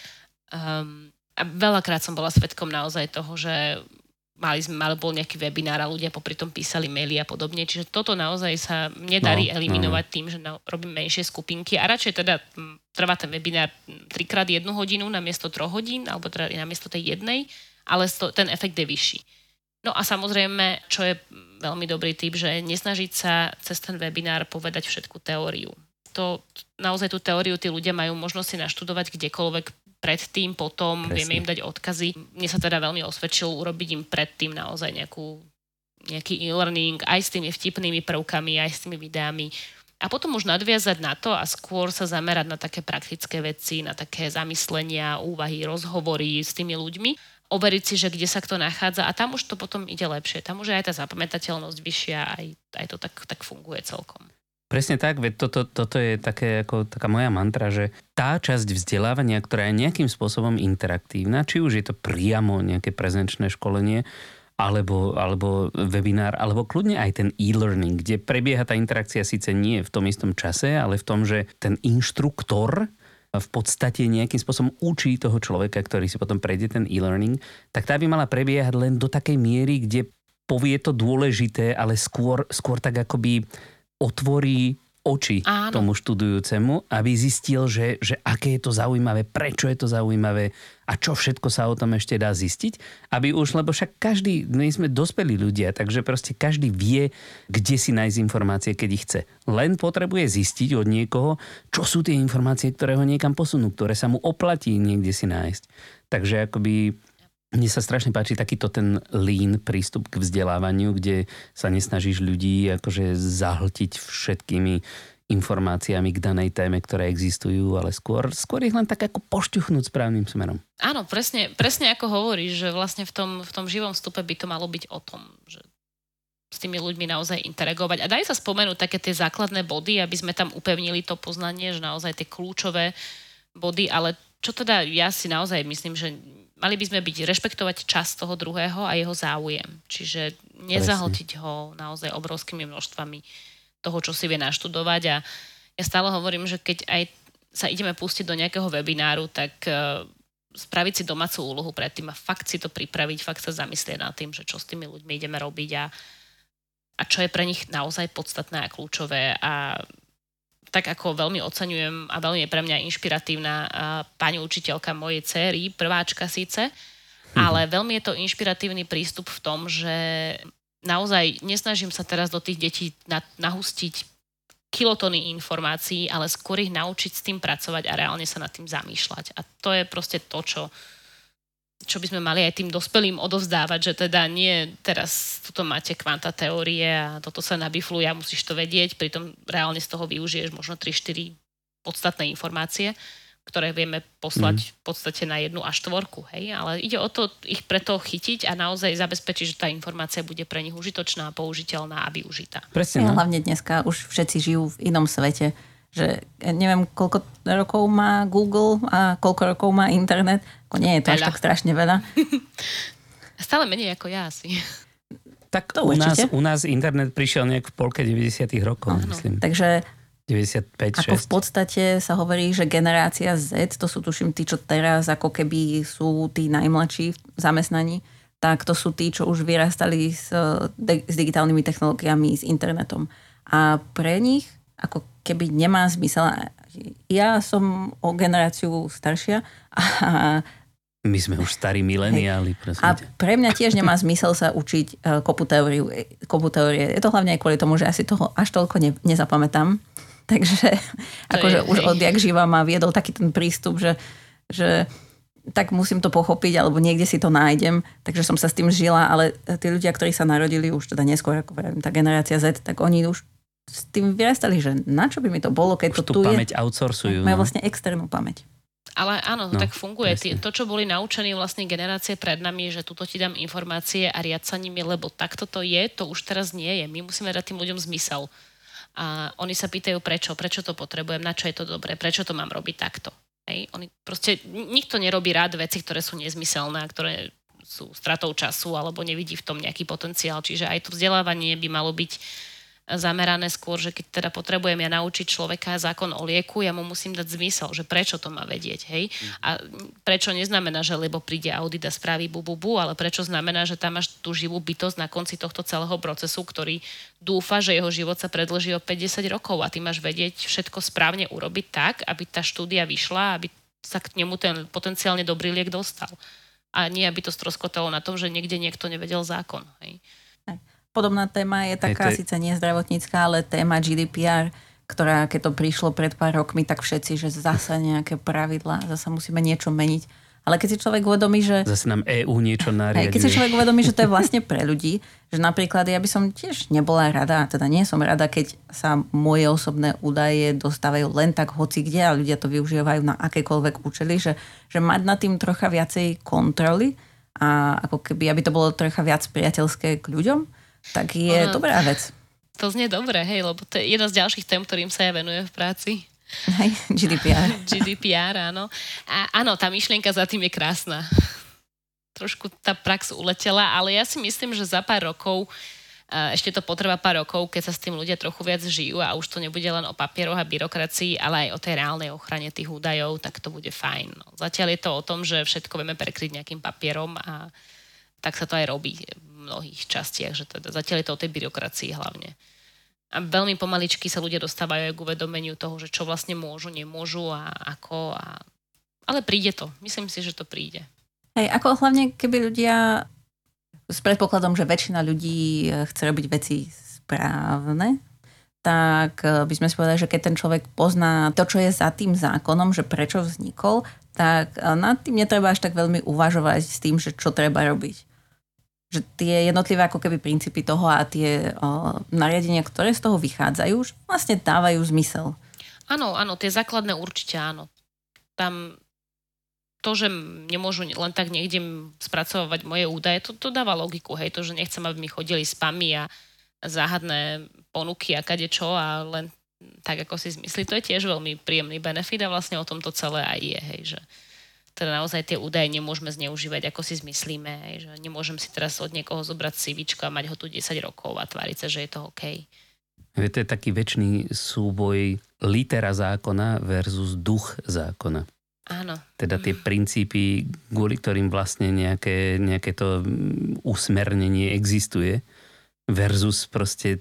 C: Um, a veľakrát som bola svedkom naozaj toho, že mali sme, mali bol nejaký webinár a ľudia popri tom písali maily a podobne, čiže toto naozaj sa mne darí no, eliminovať no. tým, že no, robím menšie skupinky a radšej teda m, trvá ten webinár trikrát jednu hodinu namiesto troch hodín, alebo teda namiesto tej jednej, ale sto, ten efekt je vyšší. No a samozrejme, čo je veľmi dobrý tip, že nesnažiť sa cez ten webinár povedať všetku teóriu. To, naozaj tú teóriu tí ľudia majú možnosť si naštudovať kdekoľvek predtým, potom, Presne. Vieme im dať odkazy. Mne sa teda veľmi osvedčilo urobiť im predtým naozaj nejakú, nejaký e-learning aj s tými vtipnými prvkami, aj s tými videami. A potom už nadviazať na to a skôr sa zamerať na také praktické veci, na také zamyslenia, úvahy, rozhovory s tými ľuďmi. Overiť si, že kde sa kto nachádza a tam už to potom ide lepšie. Tam už je aj tá zapamätateľnosť vyššia, aj, aj to tak, tak funguje celkom.
A: Presne tak, veď toto, toto je také, ako, taká moja mantra, že tá časť vzdelávania, ktorá je nejakým spôsobom interaktívna, či už je to priamo nejaké prezenčné školenie, alebo, alebo webinár, alebo kľudne aj ten e-learning, kde prebieha tá interakcia síce nie v tom istom čase, ale v tom, že ten inštruktor v podstate nejakým spôsobom učí toho človeka, ktorý si potom prejde ten e-learning, tak tá by mala prebiehať len do takej miery, kde povie to dôležité, ale skôr, skôr tak akoby otvorí oči Áno. tomu študujúcemu, aby zistil, že, že aké je to zaujímavé, prečo je to zaujímavé a čo všetko sa o tom ešte dá zistiť. Aby už, lebo však každý, my sme dospelí ľudia, takže proste každý vie, kde si nájsť informácie, keď ich chce. Len potrebuje zistiť od niekoho, čo sú tie informácie, ktoré ho niekam posunú, ktoré sa mu oplatí niekde si nájsť. Takže akoby mne sa strašne páči takýto ten lean prístup k vzdelávaniu, kde sa nesnažíš ľudí akože zahltiť všetkými informáciami k danej téme, ktoré existujú, ale skôr, skôr ich len tak ako pošťuchnúť správnym smerom.
C: Áno, presne, presne ako hovoríš, že vlastne v tom, v tom živom vstupe by to malo byť o tom, že s tými ľuďmi naozaj interagovať. A dajú sa spomenúť také tie základné body, aby sme tam upevnili to poznanie, že naozaj tie kľúčové body, ale čo teda ja si naozaj myslím, že mali by sme byť, rešpektovať čas toho druhého a jeho záujem. Čiže nezahltiť ho naozaj obrovskými množstvami toho, čo si vie naštudovať. A ja stále hovorím, že keď aj sa ideme pustiť do nejakého webináru, tak uh, spraviť si domácu úlohu predtým a fakt si to pripraviť, fakt sa zamyslieť nad tým, že čo s tými ľuďmi ideme robiť a, a čo je pre nich naozaj podstatné a kľúčové. A tak ako veľmi oceňujem a veľmi je pre mňa inšpiratívna uh, pani učiteľka mojej dcery, prváčka síce, mhm. ale veľmi je to inšpiratívny prístup v tom, že naozaj nesnažím sa teraz do tých detí nahustiť kilotony informácií, ale skôr ich naučiť s tým pracovať a reálne sa nad tým zamýšľať. A to je proste to, čo, čo by sme mali aj tým dospelým odovzdávať, že teda nie teraz tuto máte kvanta teórie a toto sa nabifluje a musíš to vedieť, pritom reálne z toho využiješ možno tri štyri podstatné informácie, ktoré vieme poslať mm. v podstate na jednu až štvorku, hej, ale ide o to ich preto chytiť a naozaj zabezpečiť, že tá informácia bude pre nich užitočná, použiteľná a využitá.
B: Presne, no. Hlavne dneska už všetci žijú v inom svete, že neviem, koľko rokov má Google a koľko rokov má internet, ako nie je to veľa. Až tak strašne veľa.
C: Stále menej ako ja asi.
A: Tak to u nás, u nás internet prišiel nejak v polke deväťdesiatych rokov, no, myslím.
B: Takže
A: deväťdesiatpäť šesť
B: Ako v podstate sa hovorí, že generácia Z, to sú tuším tí, čo teraz ako keby sú tí najmladší v zamestnaní, tak to sú tí, čo už vyrastali s, s digitálnymi technológiami, s internetom. A pre nich ako keby nemá zmysel. Ja som o generáciu staršia a
A: my sme už starí mileniáli.
B: A pre mňa tiež nemá zmysel sa učiť kopu, teóriu, kopu teórie. Je to hlavne aj kvôli tomu, že asi toho až toľko ne, nezapamätám. Takže akože už odjak živa ma viedol taký ten prístup, že, že tak musím to pochopiť, alebo niekde si to nájdem. Takže som sa s tým žila, ale tí ľudia, ktorí sa narodili už teda neskôr, ako vravím, tá generácia Z, tak oni už s tým vyrastali, že na čo by mi to bolo, keď
A: už
B: to tu je.
A: Už tú pamäť outsourcujú.
B: Majú vlastne externú pamäť.
C: Ale áno, to
A: no,
C: tak funguje.
A: Presne.
C: To, čo boli naučení vlastne generácie pred nami, že tuto ti dám informácie a riad sa nimi, lebo takto to je, to už teraz nie je. My musíme dať tým ľuďom zmysel. A oni sa pýtajú, prečo, prečo to potrebujem, na čo je to dobré, prečo to mám robiť takto. Hej? Oni proste, nikto nerobí rád veci, ktoré sú nezmyselné, ktoré sú stratou času alebo nevidí v tom nejaký potenciál. Čiže aj to vzdelávanie by malo byť zamerané skôr, že keď teda potrebujem ja naučiť človeka zákon o lieku, ja mu musím dať zmysel, že prečo to má vedieť, hej? A prečo neznamená, že lebo príde audit a spraví bu, bu, bu, ale prečo znamená, že tam máš tú živú bytosť na konci tohto celého procesu, ktorý dúfa, že jeho život sa predĺží o päťdesiat rokov a ty máš vedieť všetko správne urobiť tak, aby tá štúdia vyšla, aby sa k nemu ten potenciálne dobrý liek dostal. A nie, aby to stroskotalo na tom, že niekde niekto nevedel zákon, hej?
B: Podobná téma je taká, je to... síce nie zdravotnícka, ale téma G D P R, ktorá keď to prišlo pred pár rokmi, tak všetci, že zasa nejaké pravidlá, zasa musíme niečo meniť. Ale keď si človek uvedomí, že...
A: Zase nám é ú niečo nariaduje.
B: Keď si človek uvedomí, že to je vlastne pre ľudí, že napríklad ja by som tiež nebola rada, teda nie som rada, keď sa moje osobné údaje dostávajú len tak hoci kde a ľudia to využívajú na akékoľvek účely, že, že mať nad tým trocha viacej kontroly a ako keby, aby to bolo trocha viac priateľské k ľuďom, tak je no, dobrá vec.
C: To znie dobre, hej, lebo to je jedna z ďalších tém, ktorým sa ja venujem v práci.
B: Hej, G D P R.
C: G D P R, áno. A áno, tá myšlienka za tým je krásna. Trošku tá prax uletela, ale ja si myslím, že za pár rokov, ešte to potreba pár rokov, keď sa s tým ľudia trochu viac žijú a už to nebude len o papieroch a byrokracii, ale aj o tej reálnej ochrane tých údajov, tak to bude fajn. No, zatiaľ je to o tom, že všetko vieme prekryť nejakým papierom a tak sa to aj robí mnohých častiach, že teda zatiaľ je to o tej byrokracii hlavne. A veľmi pomaličky sa ľudia dostávajú aj k uvedomeniu toho, že čo vlastne môžu, nemôžu a ako. A... Ale príde to. Myslím si, že to príde.
B: Hej, ako hlavne keby ľudia s predpokladom, že väčšina ľudí chce robiť veci správne, tak by sme si povedali, že keď ten človek pozná to, čo je za tým zákonom, že prečo vznikol, tak nad tým netreba až tak veľmi uvažovať s tým, že čo treba robiť. že tie jednotlivé ako keby princípy toho a tie o, nariadenia, ktoré z toho vychádzajú, už vlastne dávajú zmysel.
C: Áno, áno, tie základné určite áno. Tam to, že nemôžu len tak niekde spracovať moje údaje, to, to dáva logiku, hej, to, že nechcem, aby mi chodili spamy a záhadné ponuky a kadečo a len tak, ako si zmyslí, to je tiež veľmi príjemný benefit a vlastne o tom to celé aj je, hej, že teda naozaj tie údaje nemôžeme zneužívať, ako si zmyslíme, hej, že nemôžem si teraz od niekoho zobrať CVčko a mať ho tu desať rokov a tváriť sa, že je to OK.
A: To je taký večný súboj litera zákona versus duch zákona.
C: Áno.
A: Teda tie princípy, kvôli ktorým vlastne nejaké, nejaké to usmernenie existuje versus proste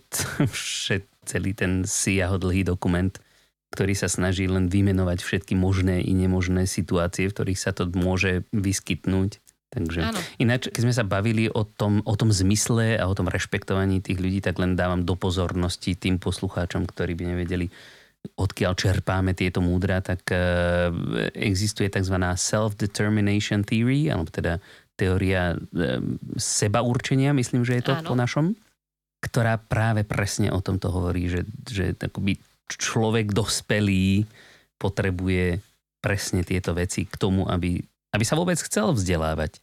A: t- celý ten siahodlhý dokument, ktorý sa snaží len vymenovať všetky možné i nemožné situácie, v ktorých sa to môže vyskytnúť. Takže
C: áno.
A: Ináč, keď sme sa bavili o tom, o tom zmysle a o tom rešpektovaní tých ľudí, tak len dávam do pozornosti tým poslucháčom, ktorí by nevedeli, odkiaľ čerpáme tieto múdra, tak uh, existuje tzv. Self-determination theory, alebo teda teória uh, sebaurčenia, myslím, že je to
C: áno.
A: po našom, ktorá práve presne o tomto hovorí, že, že takoby človek dospelý potrebuje presne tieto veci k tomu, aby, aby sa vôbec chcel vzdelávať.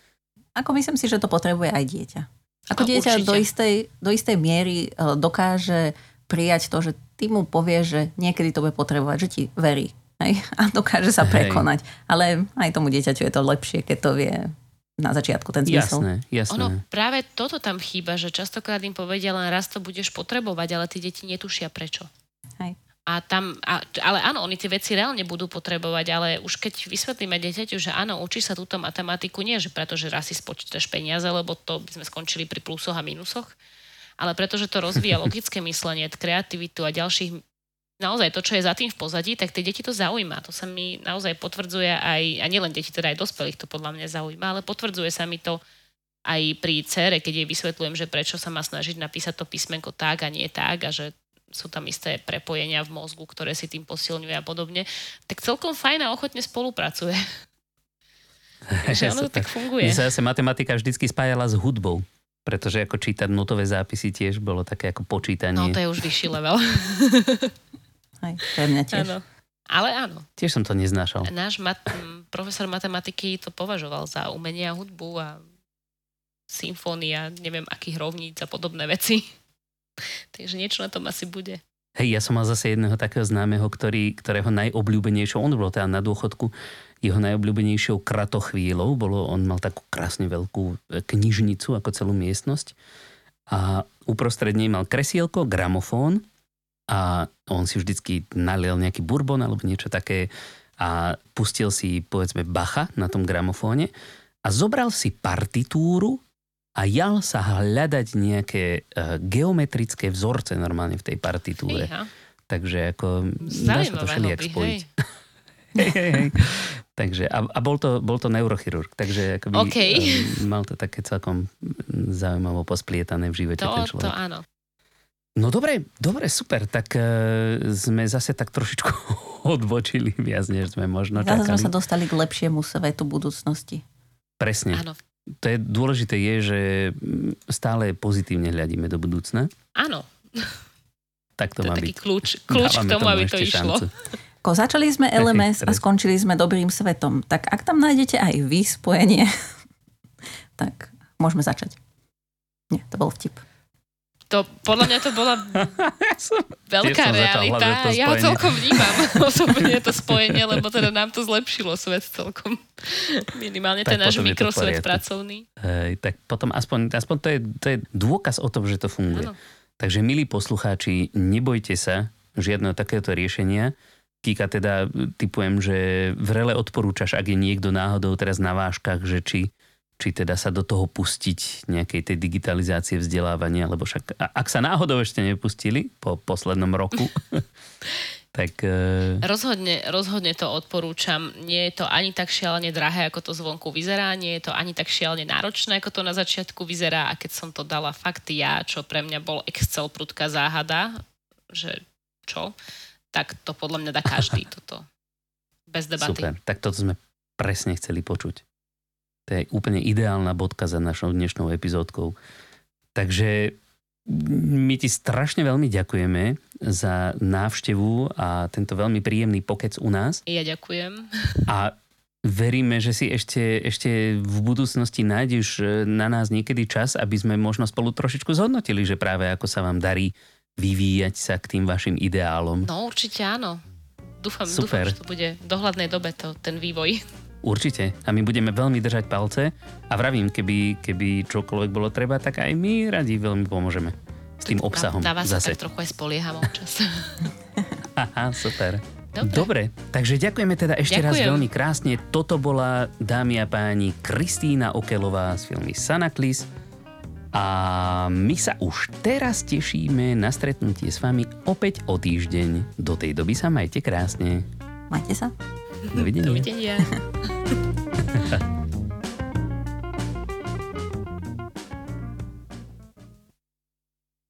B: Ako myslím si, že to potrebuje aj dieťa. Ako
C: A
B: dieťa
C: určite.
B: do istej, do istej miery dokáže prijať to, že ty mu povieš, že niekedy to bude potrebovať, že ti verí. Hej? A dokáže sa prekonať. Hej. Ale aj tomu dieťaťu je to lepšie, keď to vie na začiatku ten zmysel.
A: Jasné, jasné.
C: Ono práve toto tam chýba, že častokrát im povedia, len raz to budeš potrebovať, ale tí deti netušia prečo.
B: Hej.
C: A tam, a, ale áno, oni tie veci reálne budú potrebovať, ale už keď vysvetlíme dieťaťu, že áno, učí sa túto matematiku, nie že preto, že raz si spočítaš peniaze, lebo to by sme skončili pri plusoch a minusoch, ale preto, že to rozvíja logické myslenie, kreativitu a ďalších, naozaj to, čo je za tým v pozadí, tak tie deti to zaujíma. To sa mi naozaj potvrdzuje aj, a nielen deti, teda aj dospelých to podľa mňa zaujíma, ale potvrdzuje sa mi to aj pri dcére, keď jej vysvetľujem, že prečo sa má snažiť napísať to písmenko tak a nie tak a že sú tam isté prepojenia v mozgu, ktoré si tým posilňuje a podobne, tak celkom fajn a ochotne spolupracuje. Takže ono to tak funguje.
A: Mne sa zase matematika vždycky spájala s hudbou, pretože ako čítať notové zápisy tiež bolo také ako počítanie.
C: No to je už vyšší level.
B: Aj pre mňa tiež.
C: Áno. Ale áno.
A: Tiež som to neznášal.
C: Náš mat- profesor matematiky to považoval za umenie a hudbu a symfónia, neviem akých rovníc a podobné veci. Takže niečo na tom asi bude.
A: Hej, ja som mal zase jedného takého známeho, ktorý, ktorého najobľúbenejšou, on bol teda na dôchodku, jeho najobľúbenejšou kratochvíľou bolo, on mal takú krásne veľkú knižnicu ako celú miestnosť a uprostred nej mal kresielko, gramofón a on si vždycky naliel nejaký bourbon alebo niečo také a pustil si povedzme Bacha na tom gramofóne a zobral si partitúru a jal sa hľadať nejaké uh, geometrické vzorce normálne v tej partitúre.
C: Fíha.
A: Takže ako dá sa to všelijak spojiť. Hej, hej, hej. Takže, a, a bol, to, bol to neurochirurg, takže akoby,
C: Okay.
A: um, mal to také celkom zaujímavo posplietané v živote
C: To,
A: ten človek.
C: to áno.
A: No dobre, dobre, super, tak uh, sme zase tak trošičku odbočili viac, než sme možno
B: Zase
A: čakali.
B: sme sa dostali k lepšiemu svetu budúcnosti.
A: Presne.
C: Áno.
A: To je dôležité je, že stále pozitívne hľadíme do budúcna.
C: Áno.
A: Tak to,
C: To je
A: má
C: taký
A: byť.
C: kľúč, kľúč k
A: Dávame
C: tomu, aby to
A: ešte
C: išlo.
A: šancu.
B: Ko začali sme el em es a skončili sme dobrým svetom. Tak ak tam nájdete aj vy spojenie, tak môžeme začať. Nie, to bol vtip.
C: To, podľa mňa to bola veľká
A: Tiež som začal
C: realita.
A: hľadať to
C: Ja ho
A: spojenie.
C: celkom vnímam osobne to spojenie, lebo teda nám to zlepšilo svet celkom. Minimálne
A: Tak
C: ten náš
A: potom je to v
C: mikrosvet
A: poriadku.
C: pracovný.
A: Hej, tak potom aspoň, aspoň to, je, to je dôkaz o tom, že to funguje.
C: Áno.
A: Takže milí poslucháči, nebojte sa žiadneho takéhoto riešenia. Kika, teda typujem, že vrele odporúčaš, ak je niekto náhodou teraz na vážkach, že či, či teda sa do toho pustiť nejakej tej digitalizácie vzdelávania, lebo však a, ak sa náhodou ešte nepustili po poslednom roku, tak... Uh...
C: Rozhodne, rozhodne to odporúčam. Nie je to ani tak šialene drahé, ako to zvonku vyzerá, nie je to ani tak šialene náročné, ako to na začiatku vyzerá a keď som to dala fakt ja, čo pre mňa bol Excel prudká záhada, že čo, tak to podľa mňa dá každý toto. Bez debaty.
A: Super, tak toto sme presne chceli počuť. To je úplne ideálna bodka za našou dnešnou epizódkou. Takže my ti strašne veľmi ďakujeme za návštevu a tento veľmi príjemný pokec u nás.
C: Ja ďakujem.
A: A veríme, že si ešte, ešte v budúcnosti nájdeš na nás niekedy čas, aby sme možno spolu trošičku zhodnotili, že práve ako sa vám darí vyvíjať sa k tým vašim ideálom.
C: No určite áno. Dúfam,
A: Super.
C: dúfam, že to bude v dohľadnej dobe to, ten vývoj.
A: Určite. A my budeme veľmi držať palce a vravím, keby, keby čokoľvek bolo treba, tak aj my radi veľmi pomôžeme s tým obsahom.
C: Na, na vás sa
A: zase.
C: tak trochu aj spolieham občas.
A: Aha, super.
C: Dobre.
A: Dobre, takže ďakujeme teda ešte
C: Ďakujem.
A: raz veľmi krásne. Toto bola, dámy a páni, Kristína Okelová z filmy Sanaklis. A my sa už teraz tešíme na stretnutie s vami opäť o týždeň. Do tej doby sa majte krásne.
B: Majte sa.
A: Dovidenia.
C: Dovidenia.